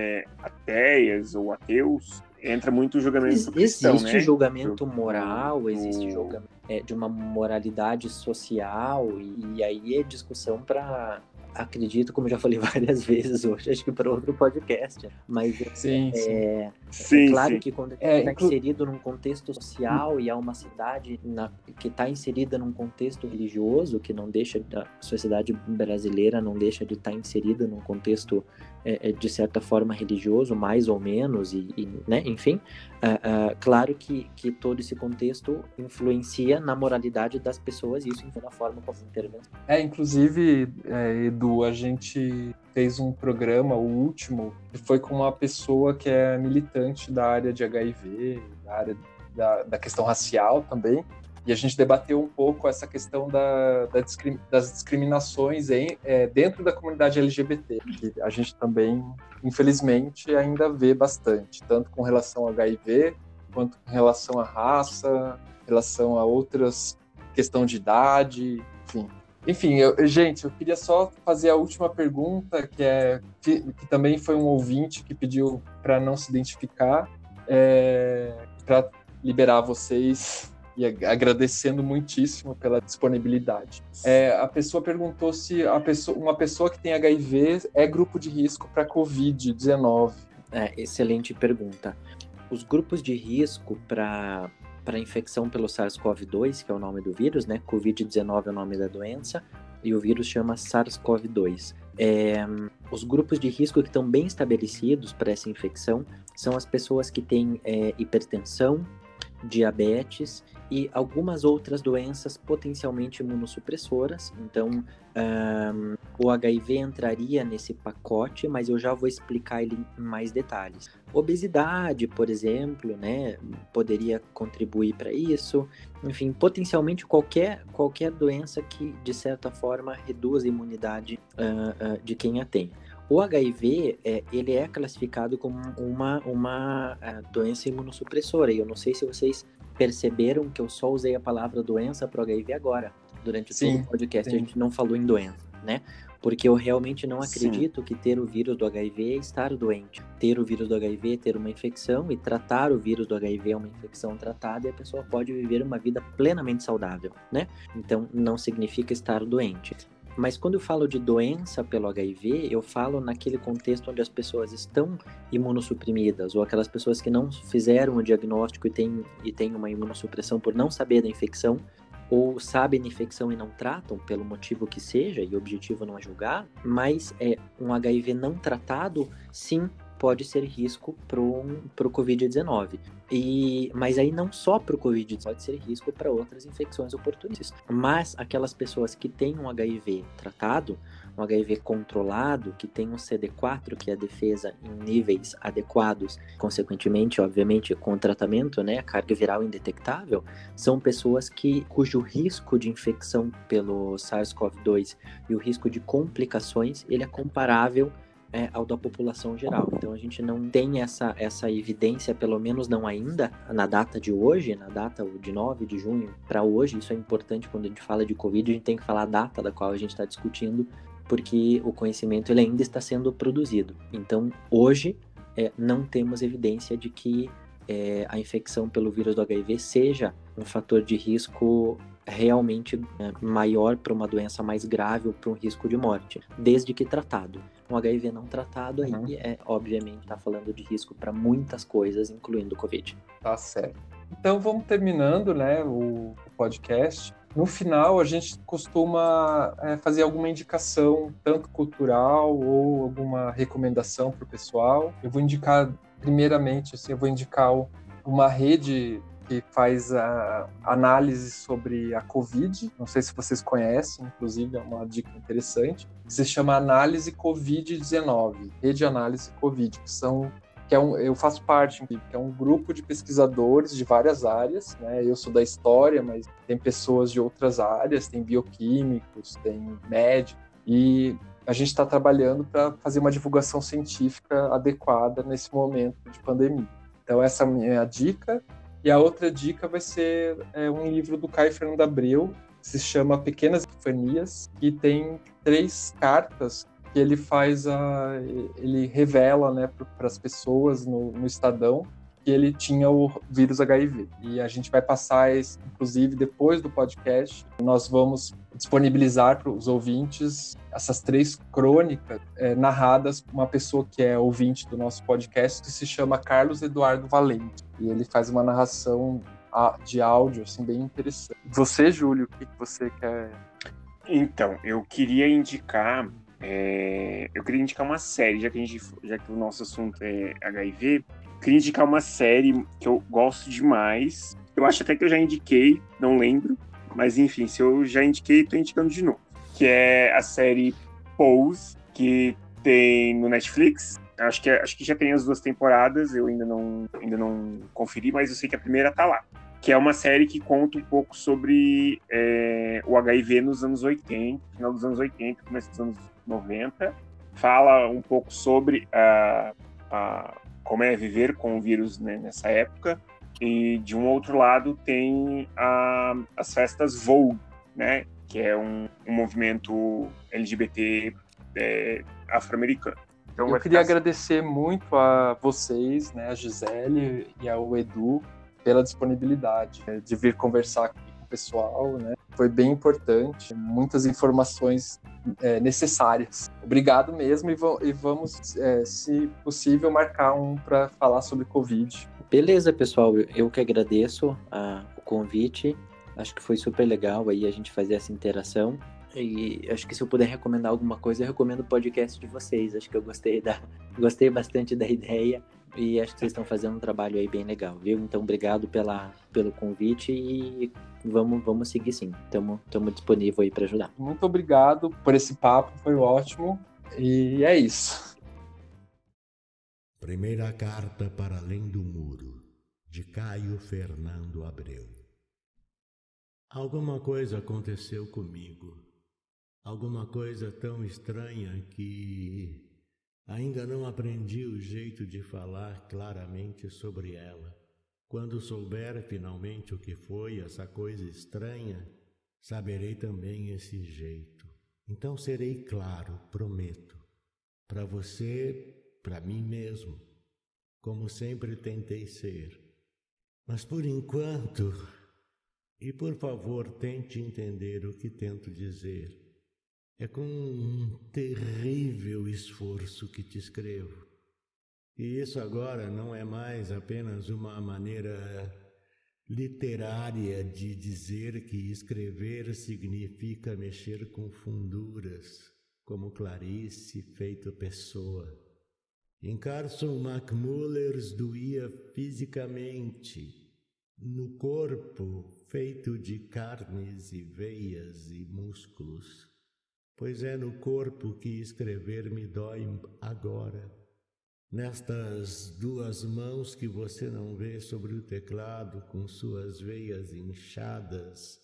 ateias ou ateus, entra muito o julgamento cristão, existe, né? Julgamento moral, existe julgamento de uma moralidade social, e aí é discussão para, acredito, como já falei várias vezes hoje, acho que para outro podcast, mas sim. Claro que quando está inserido num contexto social e há uma cidade que está inserida num contexto religioso, que não deixa, a sociedade brasileira não deixa de estar inserida num contexto de certa forma religioso, mais ou menos, né? Enfim, claro que todo esse contexto influencia na moralidade das pessoas, e isso influencia na forma como intervém. Inclusive, Edu, a gente fez um programa, o último, que foi com uma pessoa que é militante da área de HIV, da área da questão racial também, E a gente debateu um pouco essa questão das discriminações dentro da comunidade LGBT, que a gente também, infelizmente, ainda vê bastante, tanto com relação ao HIV, quanto com relação à raça, relação a outras, questão de idade, enfim. Enfim, gente, eu queria só fazer a última pergunta, que também foi um ouvinte que pediu para não se identificar, para liberar vocês e agradecendo muitíssimo pela disponibilidade. A pessoa perguntou se uma pessoa que tem HIV é grupo de risco para Covid-19. Excelente pergunta. Os grupos de risco para infecção pelo SARS-CoV-2, que é o nome do vírus, né? Covid-19 é o nome da doença, e o vírus chama SARS-CoV-2. Os grupos de risco que estão bem estabelecidos para essa infecção são as pessoas que têm hipertensão, diabetes e algumas outras doenças potencialmente imunossupressoras. Então, o HIV entraria nesse pacote, mas eu já vou explicar ele em mais detalhes. Obesidade, por exemplo, né, poderia contribuir para isso. Enfim, potencialmente qualquer doença que, de certa forma, reduz a imunidade de quem a tem. O HIV, ele é classificado como uma doença imunossupressora, e eu não sei se vocês perceberam que eu só usei a palavra doença para o HIV agora. Durante todo o podcast a gente não falou em doença, né? Porque eu realmente não acredito que ter o vírus do HIV é estar doente. Ter o vírus do HIV é ter uma infecção, e tratar o vírus do HIV é uma infecção tratada, e a pessoa pode viver uma vida plenamente saudável, né? Então não significa estar doente. Mas quando eu falo de doença pelo HIV, eu falo naquele contexto onde as pessoas estão imunossuprimidas, ou aquelas pessoas que não fizeram o diagnóstico e têm uma imunossupressão por não saber da infecção, ou sabem da infecção e não tratam, pelo motivo que seja, e o objetivo não é julgar, mas um HIV não tratado, sim, pode ser risco para o Covid-19. Mas aí não só para o Covid, pode ser risco para outras infecções oportunistas. Mas aquelas pessoas que têm um HIV tratado, um HIV controlado, que tem um CD4, que é a defesa em níveis adequados, consequentemente, obviamente, com o tratamento, né, a carga viral indetectável, são pessoas cujo risco de infecção pelo SARS-CoV-2 e o risco de complicações, ele é comparável ao da população geral. Então a gente não tem essa evidência, pelo menos não ainda, na data de hoje, na data de 9 de junho para hoje. Isso é importante quando a gente fala de Covid, a gente tem que falar a data da qual a gente está discutindo, porque o conhecimento ele ainda está sendo produzido. Então hoje não temos evidência de que a infecção pelo vírus do HIV seja um fator de risco realmente maior para uma doença mais grave ou para um risco de morte, desde que tratado. Um HIV não tratado, aí obviamente está falando de risco para muitas coisas, incluindo o Covid. Tá certo. Então vamos terminando, né, o podcast. No final a gente costuma fazer alguma indicação, tanto cultural ou alguma recomendação para o pessoal. Eu vou indicar, primeiramente, uma rede que faz a análise sobre a Covid. Não sei se vocês conhecem, inclusive é uma dica interessante. Se chama Análise Covid-19, Rede Análise Covid, eu faço parte, que é um grupo de pesquisadores de várias áreas, né? Eu sou da história, mas tem pessoas de outras áreas, tem bioquímicos, tem médicos, e a gente está trabalhando para fazer uma divulgação científica adequada nesse momento de pandemia. Então essa é a minha dica. E a outra dica vai ser um livro do Caio Fernando Abreu, que se chama Pequenas Epifanias, e tem 3 cartas que ele revela, né, para as pessoas no Estadão que ele tinha o vírus HIV. E a gente vai passar, inclusive, depois do podcast, nós vamos disponibilizar para os ouvintes essas 3 crônicas narradas por uma pessoa que é ouvinte do nosso podcast, que se chama Carlos Eduardo Valente. E ele faz uma narração de áudio assim, bem interessante. Você, Júlio, o que você quer? Então, eu queria indicar uma série, já que o nosso assunto é HIV. Eu queria indicar uma série que eu gosto demais. Eu acho até que eu já indiquei, não lembro. Mas enfim, se eu já indiquei, tô indicando de novo. Que é a série Pose, que tem no Netflix. Acho que já tem as 2 temporadas, eu ainda não conferi, mas eu sei que a primeira tá lá. que é uma série que conta um pouco sobre o HIV nos anos 80, final dos anos 80, começo dos anos 90. Fala um pouco sobre como é viver com o vírus, né, nessa época. E, de um outro lado, tem as festas Vogue, né, que é um movimento LGBT afro-americano. Então, eu queria agradecer muito a vocês, né, a Gisele e ao Edu, pela disponibilidade de vir conversar com o pessoal, né? Foi bem importante, muitas informações necessárias. Obrigado mesmo e vamos, se possível, marcar um para falar sobre Covid. Beleza, pessoal, eu que agradeço o convite. Acho que foi super legal aí a gente fazer essa interação. E acho que se eu puder recomendar alguma coisa, eu recomendo o podcast de vocês. Acho que eu gostei bastante da ideia e acho que vocês estão fazendo um trabalho aí bem legal, viu? Então, obrigado pelo convite e vamos seguir sim. Estamos disponíveis aí para ajudar. Muito obrigado por esse papo, foi ótimo e é isso. Primeira carta para além do muro, de Caio Fernando Abreu. Alguma coisa aconteceu comigo. Alguma coisa tão estranha que ainda não aprendi o jeito de falar claramente sobre ela. Quando souber finalmente o que foi essa coisa estranha, saberei também esse jeito. Então serei claro, prometo, para você, para mim mesmo, como sempre tentei ser. Mas por enquanto, e por favor tente entender o que tento dizer, é com um terrível esforço que te escrevo. E isso agora não é mais apenas uma maneira literária de dizer que escrever significa mexer com funduras, como Clarice feito pessoa. Em Carson McMullers doía fisicamente, no corpo feito de carnes e veias e músculos. Pois é no corpo que escrever me dói agora. Nestas duas mãos que você não vê sobre o teclado, com suas veias inchadas,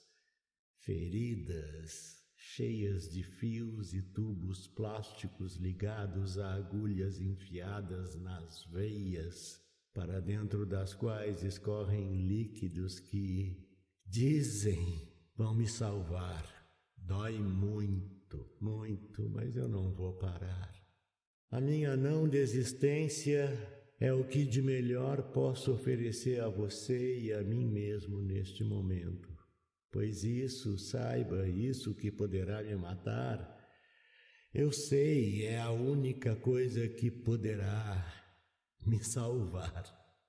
feridas, cheias de fios e tubos plásticos ligados a agulhas enfiadas nas veias, para dentro das quais escorrem líquidos que, dizem, vão me salvar. Dói muito, muito, mas eu não vou parar. A minha não desistência é o que de melhor posso oferecer a você e a mim mesmo neste momento. Pois isso, saiba, isso que poderá me matar, eu sei, é a única coisa que poderá me salvar.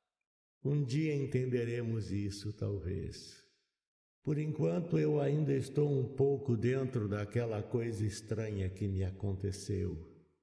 Um dia entenderemos isso, talvez. Por enquanto, eu ainda estou um pouco dentro daquela coisa estranha que me aconteceu.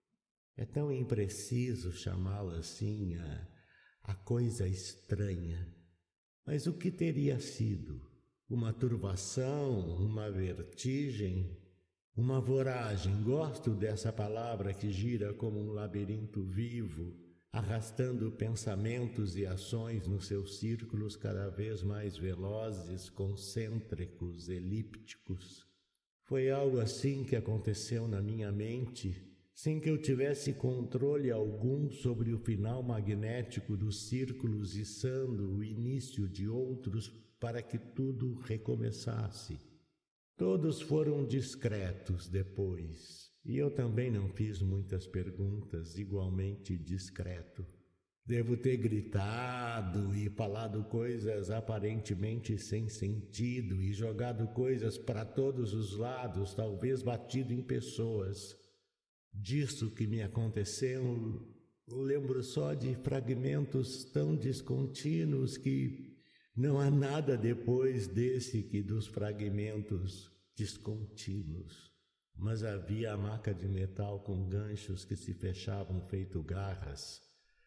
É tão impreciso chamá-la assim, a coisa estranha. Mas o que teria sido? Uma turbação, uma vertigem, uma voragem? Gosto dessa palavra que gira como um labirinto vivo, arrastando pensamentos e ações nos seus círculos cada vez mais velozes, concêntricos, elípticos. Foi algo assim que aconteceu na minha mente, sem que eu tivesse controle algum sobre o final magnético dos círculos içando o início de outros para que tudo recomeçasse. Todos foram discretos depois. E eu também não fiz muitas perguntas, igualmente discreto. Devo ter gritado e falado coisas aparentemente sem sentido e jogado coisas para todos os lados, talvez batido em pessoas. Disso que me aconteceu, lembro só de fragmentos tão descontínuos que não há nada depois desse que dos fragmentos descontínuos. Mas havia a maca de metal com ganchos que se fechavam feito garras.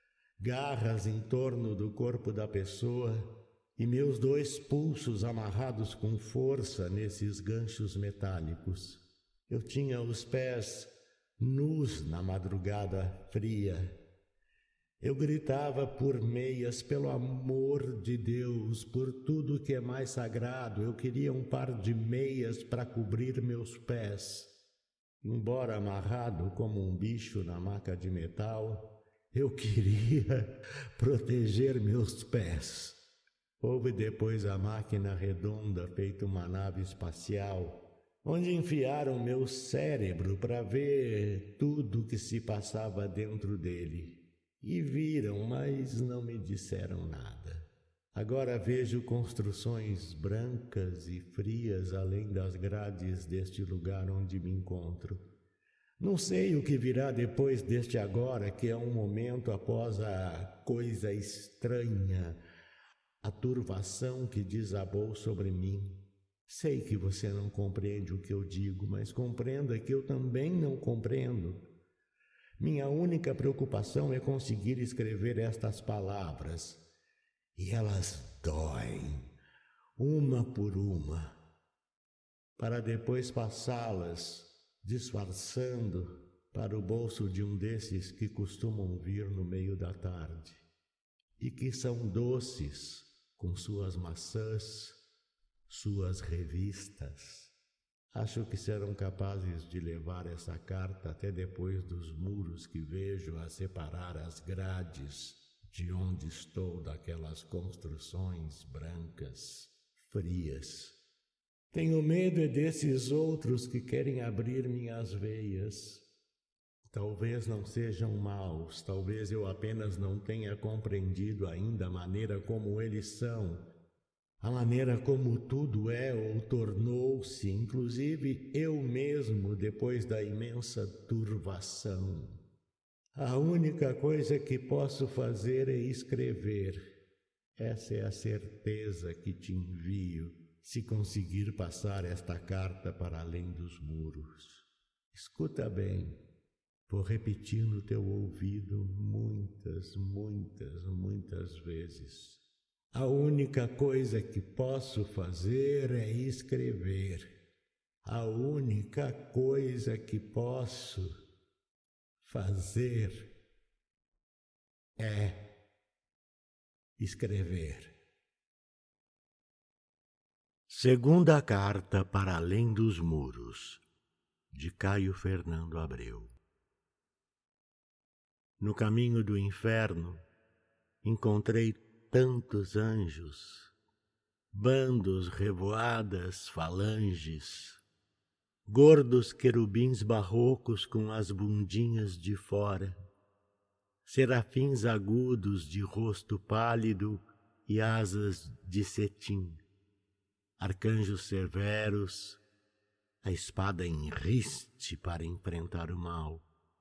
Garras em torno do corpo da pessoa e meus 2 pulsos amarrados com força nesses ganchos metálicos. Eu tinha os pés nus na madrugada fria. Eu gritava por meias, pelo amor de Deus, por tudo que é mais sagrado. Eu queria um par de meias para cobrir meus pés. Embora amarrado como um bicho na maca de metal, eu queria proteger meus pés. Houve depois a máquina redonda feita uma nave espacial, onde enfiaram meu cérebro para ver tudo o que se passava dentro dele. E viram, mas não me disseram nada. Agora vejo construções brancas e frias além das grades deste lugar onde me encontro. Não sei o que virá depois deste agora, que é um momento após a coisa estranha, a turvação que desabou sobre mim. Sei que você não compreende o que eu digo, mas compreenda que eu também não compreendo. Minha única preocupação é conseguir escrever estas palavras. E elas doem, uma por uma, para depois passá-las, disfarçando, para o bolso de um desses que costumam vir no meio da tarde, e que são doces com suas maçãs, suas revistas. Acho que serão capazes de levar essa carta até depois dos muros que vejo a separar as grades de onde estou daquelas construções brancas, frias. Tenho medo desses outros que querem abrir minhas veias. Talvez não sejam maus, talvez eu apenas não tenha compreendido ainda a maneira como eles são, a maneira como tudo é ou tornou-se, inclusive eu mesmo, depois da imensa turvação. A única coisa que posso fazer é escrever. Essa é a certeza que te envio, se conseguir passar esta carta para além dos muros. Escuta bem, vou repetir no teu ouvido muitas, muitas, muitas vezes. A única coisa que posso fazer é escrever. A única coisa que posso fazer é escrever. Segunda carta para além dos muros, de Caio Fernando Abreu. No caminho do inferno, encontrei tantos anjos, bandos, revoadas, falanges, gordos querubins barrocos com as bundinhas de fora, serafins agudos de rosto pálido e asas de cetim, arcanjos severos, a espada em riste para enfrentar o mal,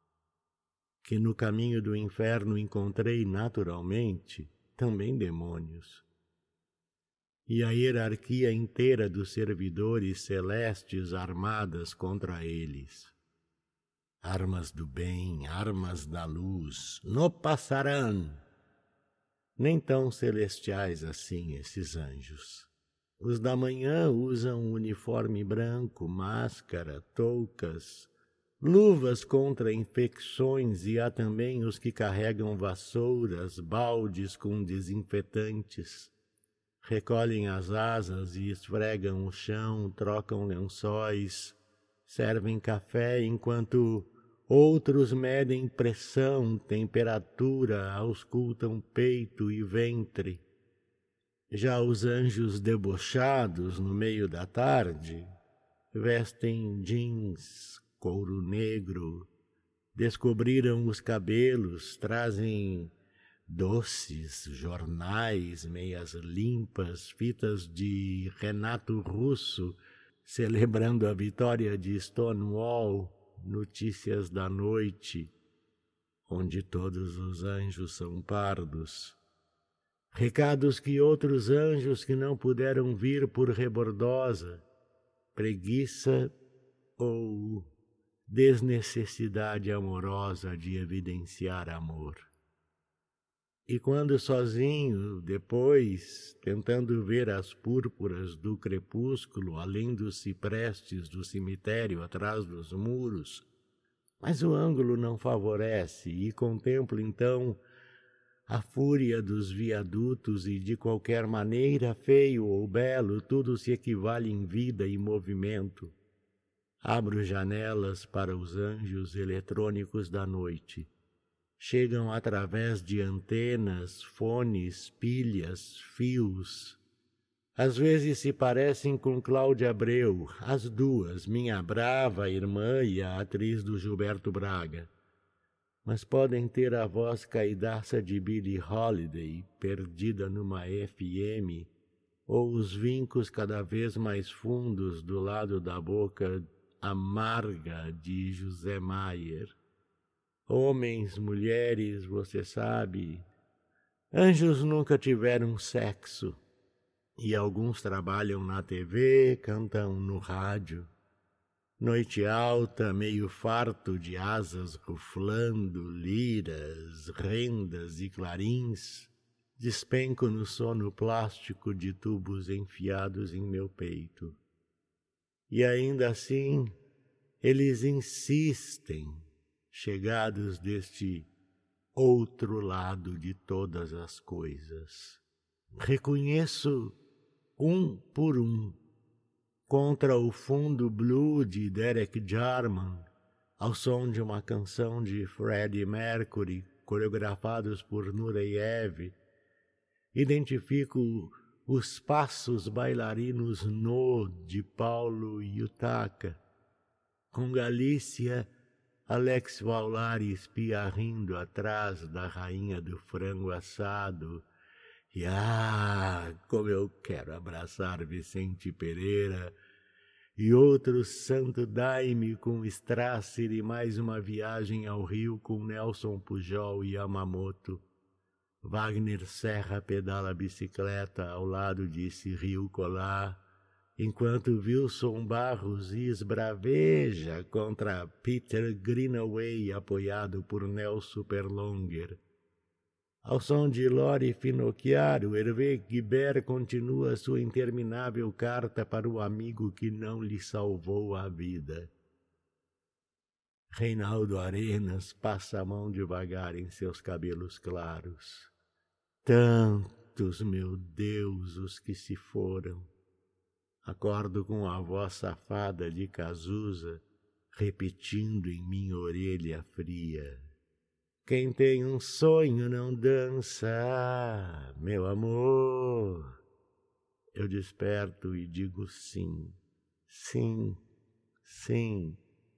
que no caminho do inferno encontrei naturalmente também demônios, e a hierarquia inteira dos servidores celestes armadas contra eles. Armas do bem, armas da luz, no passarão. Nem tão celestiais assim esses anjos. Os da manhã usam uniforme branco, máscara, toucas, luvas contra infecções, e há também os que carregam vassouras, baldes com desinfetantes. Recolhem as asas e esfregam o chão, trocam lençóis, servem café enquanto outros medem pressão, temperatura, auscultam peito e ventre. Já os anjos debochados no meio da tarde vestem jeans, couro negro, descobriram os cabelos, trazem doces, jornais, meias limpas, fitas de Renato Russo, celebrando a vitória de Stonewall, notícias da noite, onde todos os anjos são pardos. Recados que outros anjos que não puderam vir por rebordosa, preguiça ou desnecessidade amorosa de evidenciar amor. E quando sozinho, depois, tentando ver as púrpuras do crepúsculo além dos ciprestes do cemitério atrás dos muros, mas o ângulo não favorece, e contemplo então a fúria dos viadutos e de qualquer maneira, feio ou belo, tudo se equivale em vida e movimento. Abro janelas para os anjos eletrônicos da noite. Chegam através de antenas, fones, pilhas, fios. Às vezes se parecem com Cláudia Abreu, as duas, minha brava irmã e a atriz do Gilberto Braga. Mas podem ter a voz caidaça de Billie Holiday, perdida numa FM, ou os vincos cada vez mais fundos do lado da boca amarga de José Maier. Homens, mulheres, você sabe, anjos nunca tiveram sexo, e alguns trabalham na TV, cantam no rádio. Noite alta, meio farto de asas ruflando, liras, rendas e clarins, despenco no sono plástico de tubos enfiados em meu peito. E ainda assim, eles insistem, chegados deste outro lado de todas as coisas. Reconheço um por um, contra o fundo blue de Derek Jarman, ao som de uma canção de Freddie Mercury, coreografados por Nureyev, identifico os passos bailarinos no de Paulo Yutaka, com Galícia, Alex Vaulari espia rindo atrás da rainha do frango assado, e como eu quero abraçar Vicente Pereira, e outro santo daime com Strasser e mais uma viagem ao Rio com Nelson Pujol e Yamamoto. Wagner Serra pedala a bicicleta ao lado de Cyril Collard, enquanto Wilson Barros esbraveja contra Peter Greenaway apoiado por Nelson Perlonger. Ao som de Lori Finocchiaro, Hervé Guibert continua sua interminável carta para o amigo que não lhe salvou a vida. Reinaldo Arenas passa a mão devagar em seus cabelos claros. Tantos, meu Deus, os que se foram. Acordo com a voz safada de Cazuza, repetindo em minha orelha fria. Quem tem um sonho não dança, meu amor. Eu desperto e digo sim, sim, sim.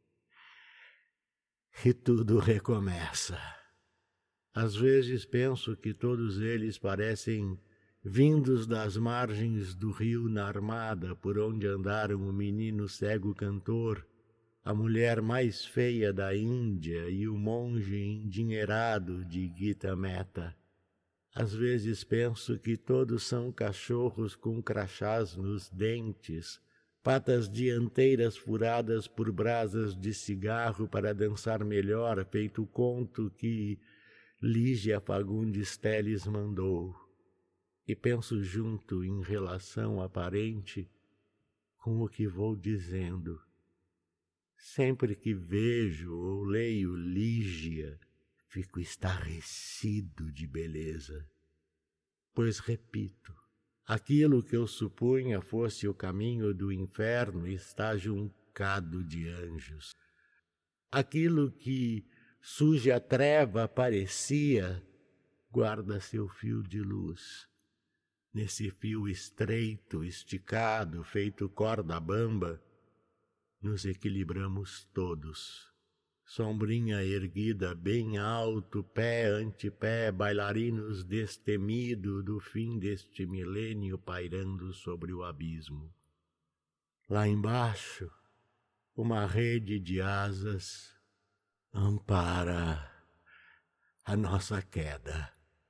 E tudo recomeça. Às vezes penso que todos eles parecem vindos das margens do rio na Armada, por onde andaram o menino cego cantor, a mulher mais feia da Índia e o monge endinheirado de Gita Mehta. Às vezes penso que todos são cachorros com crachás nos dentes, patas dianteiras furadas por brasas de cigarro para dançar melhor, feito o conto que Lígia Fagundes Telles mandou. E penso junto em relação aparente com o que vou dizendo. Sempre que vejo ou leio Lígia, fico estarrecido de beleza. Pois repito, aquilo que eu supunha fosse o caminho do inferno está juncado de anjos. Aquilo que suja treva parecia, guarda seu fio de luz. Nesse fio estreito, esticado, feito corda bamba, nos equilibramos todos. Sombrinha erguida bem alto, pé ante pé, bailarinos destemido do fim deste milênio pairando sobre o abismo. Lá embaixo, uma rede de asas ampara a nossa queda.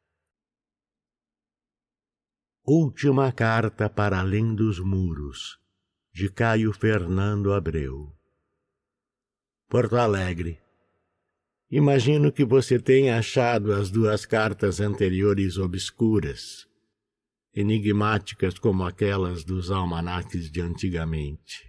Última carta para além dos muros, de Caio Fernando Abreu. Porto Alegre. Imagino que você tenha achado as duas cartas anteriores obscuras, enigmáticas como aquelas dos almanaques de antigamente.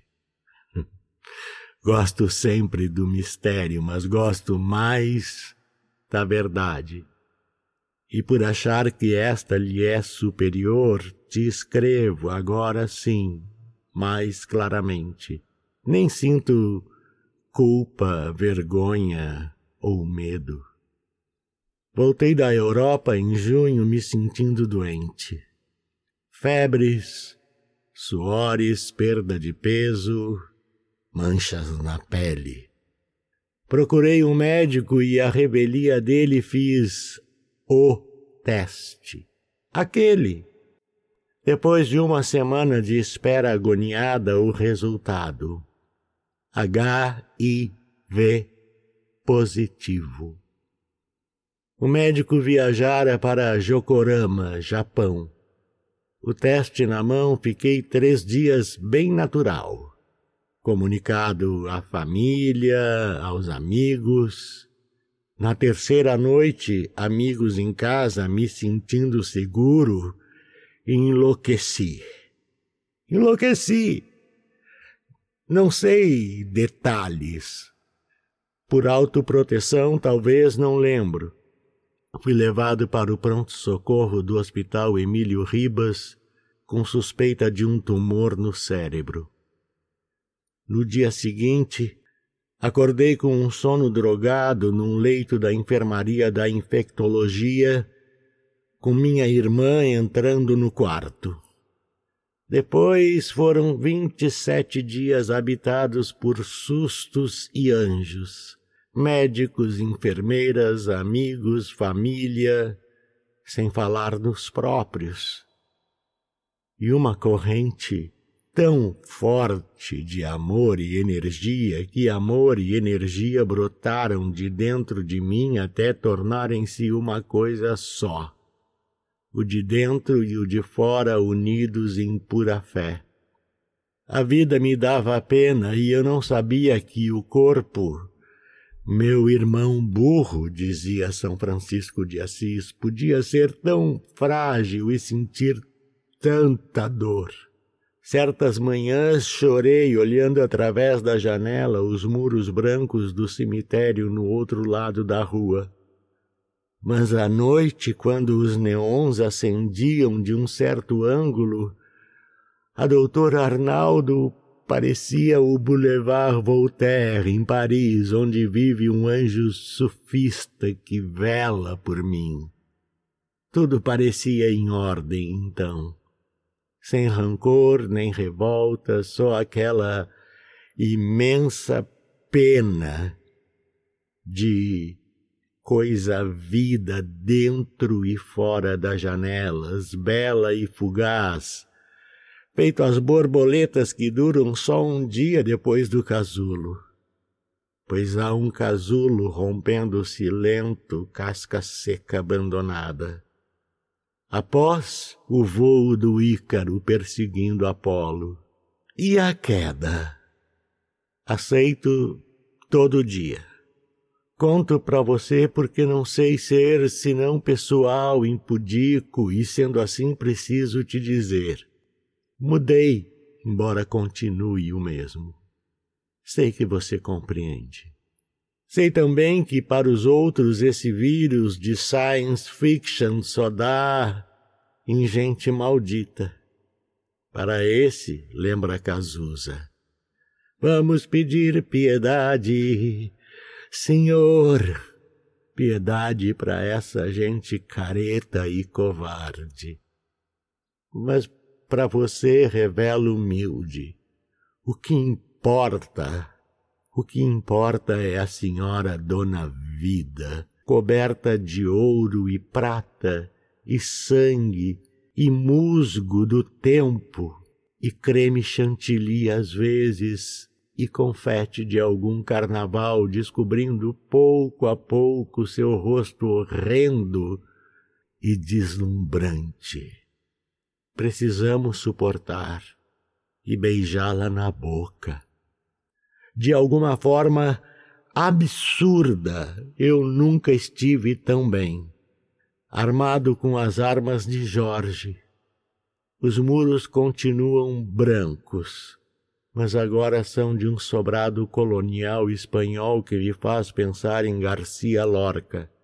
Gosto sempre do mistério, mas gosto mais da verdade. E por achar que esta lhe é superior, te escrevo agora sim, mais claramente. Nem sinto culpa, vergonha ou medo. Voltei da Europa em junho me sentindo doente. Febres, suores, perda de peso, manchas na pele. Procurei um médico e à revelia dele fiz o teste. Aquele. Depois de uma semana de espera agoniada, o resultado. HIV positivo. O médico viajara para Yokohama, Japão. O teste na mão, fiquei 3 dias bem natural. Comunicado à família, aos amigos. Na terceira noite, amigos em casa, me sentindo seguro, enlouqueci. Enlouqueci! Não sei detalhes. Por autoproteção, talvez não lembro. Fui levado para o pronto-socorro do Hospital Emílio Ribas com suspeita de um tumor no cérebro. No dia seguinte, acordei com um sono drogado num leito da enfermaria da infectologia, com minha irmã entrando no quarto. Depois foram 27 dias habitados por sustos e anjos, médicos, enfermeiras, amigos, família, sem falar nos próprios. E uma corrente tão forte de amor e energia que amor e energia brotaram de dentro de mim até tornarem-se uma coisa só. O de dentro e o de fora unidos em pura fé. A vida me dava pena e eu não sabia que o corpo, meu irmão burro, dizia São Francisco de Assis, podia ser tão frágil e sentir tanta dor. Certas manhãs chorei olhando através da janela os muros brancos do cemitério no outro lado da rua. Mas à noite, quando os neons acendiam de um certo ângulo, a doutora Arnaldo parecia o Boulevard Voltaire, em Paris, onde vive um anjo sufista que vela por mim. Tudo parecia em ordem, então. Sem rancor nem revolta, só aquela imensa pena de coisa vida dentro e fora das janelas, bela e fugaz, feito as borboletas que duram só um dia depois do casulo. Pois há um casulo rompendo-se lento, casca seca abandonada. Após o vôo do Ícaro perseguindo Apolo. E a queda? Aceito todo dia. Conto para você porque não sei ser senão pessoal, impudico, e sendo assim preciso te dizer. Mudei, embora continue o mesmo. Sei que você compreende. Sei também que para os outros esse vírus de science fiction só dá em gente maldita. Para esse, lembra Cazuza, vamos pedir piedade, Senhor, piedade para essa gente careta e covarde. Mas para você revela humilde. O que importa é a senhora Dona Vida, coberta de ouro e prata, e sangue, e musgo do tempo, e creme chantilly às vezes, e confete de algum carnaval, descobrindo pouco a pouco seu rosto horrendo e deslumbrante. Precisamos suportar e beijá-la na boca. De alguma forma absurda, eu nunca estive tão bem. Armado com as armas de Jorge. Os muros continuam brancos, mas agora são de um sobrado colonial espanhol que me faz pensar em Garcia Lorca.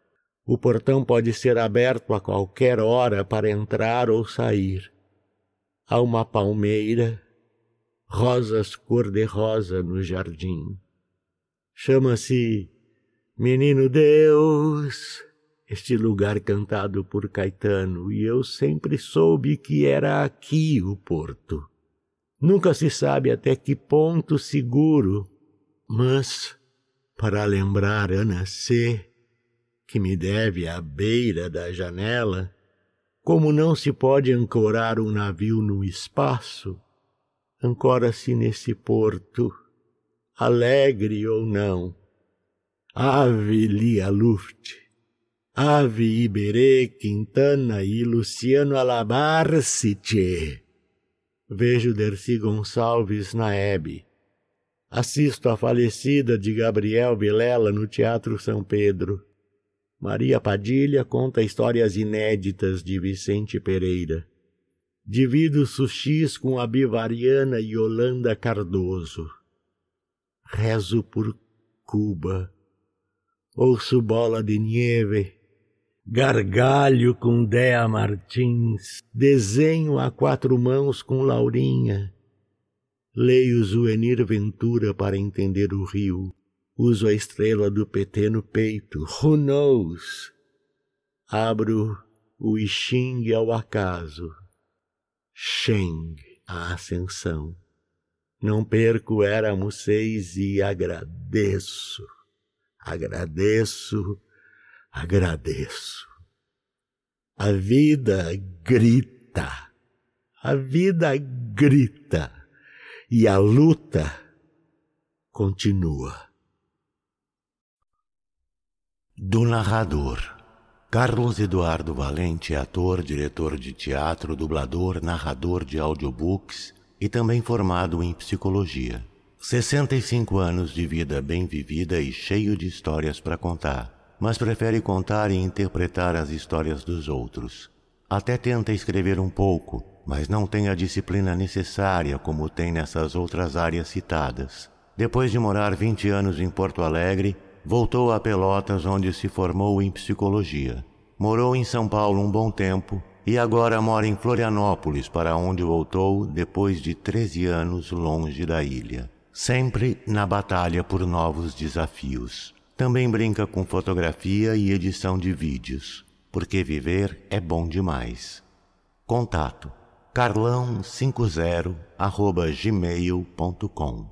O portão pode ser aberto a qualquer hora para entrar ou sair. Há uma palmeira, rosas cor-de-rosa no jardim. Chama-se Menino Deus, este lugar cantado por Caetano, e eu sempre soube que era aqui o porto. Nunca se sabe até que ponto seguro, mas para lembrar Ana C., que me deve à beira da janela, como não se pode ancorar um navio no espaço, ancora-se nesse porto, alegre ou não. Ave Lia Luft, Ave Iberê, Quintana e Luciano Alabarce. Vejo Dercy Gonçalves na Hebe. Assisto a falecida de Gabriel Vilela no Teatro São Pedro. Maria Padilha conta histórias inéditas de Vicente Pereira. Divido sushis com a Bivariana Yolanda Cardoso. Rezo por Cuba. Ouço Bola de Nieve, gargalho com Dea Martins, desenho a 4 mãos com Laurinha. Leio Zuenir Ventura para entender o rio, uso a estrela do PT no peito, who knows? Abro o I Ching ao acaso, Sheng a ascensão. Não perco éramos 6 e agradeço. Agradeço. A vida grita, e a luta continua. Do narrador. Carlos Eduardo Valente é ator, diretor de teatro, dublador, narrador de audiobooks e também formado em psicologia. 65 anos de vida bem vivida e cheio de histórias para contar, mas prefere contar e interpretar as histórias dos outros. Até tenta escrever um pouco, mas não tem a disciplina necessária como tem nessas outras áreas citadas. Depois de morar 20 anos em Porto Alegre, voltou a Pelotas, onde se formou em psicologia. Morou em São Paulo um bom tempo e agora mora em Florianópolis, para onde voltou depois de 13 anos longe da ilha. Sempre na batalha por novos desafios. Também brinca com fotografia e edição de vídeos, porque viver é bom demais. Contato: carlão50@gmail.com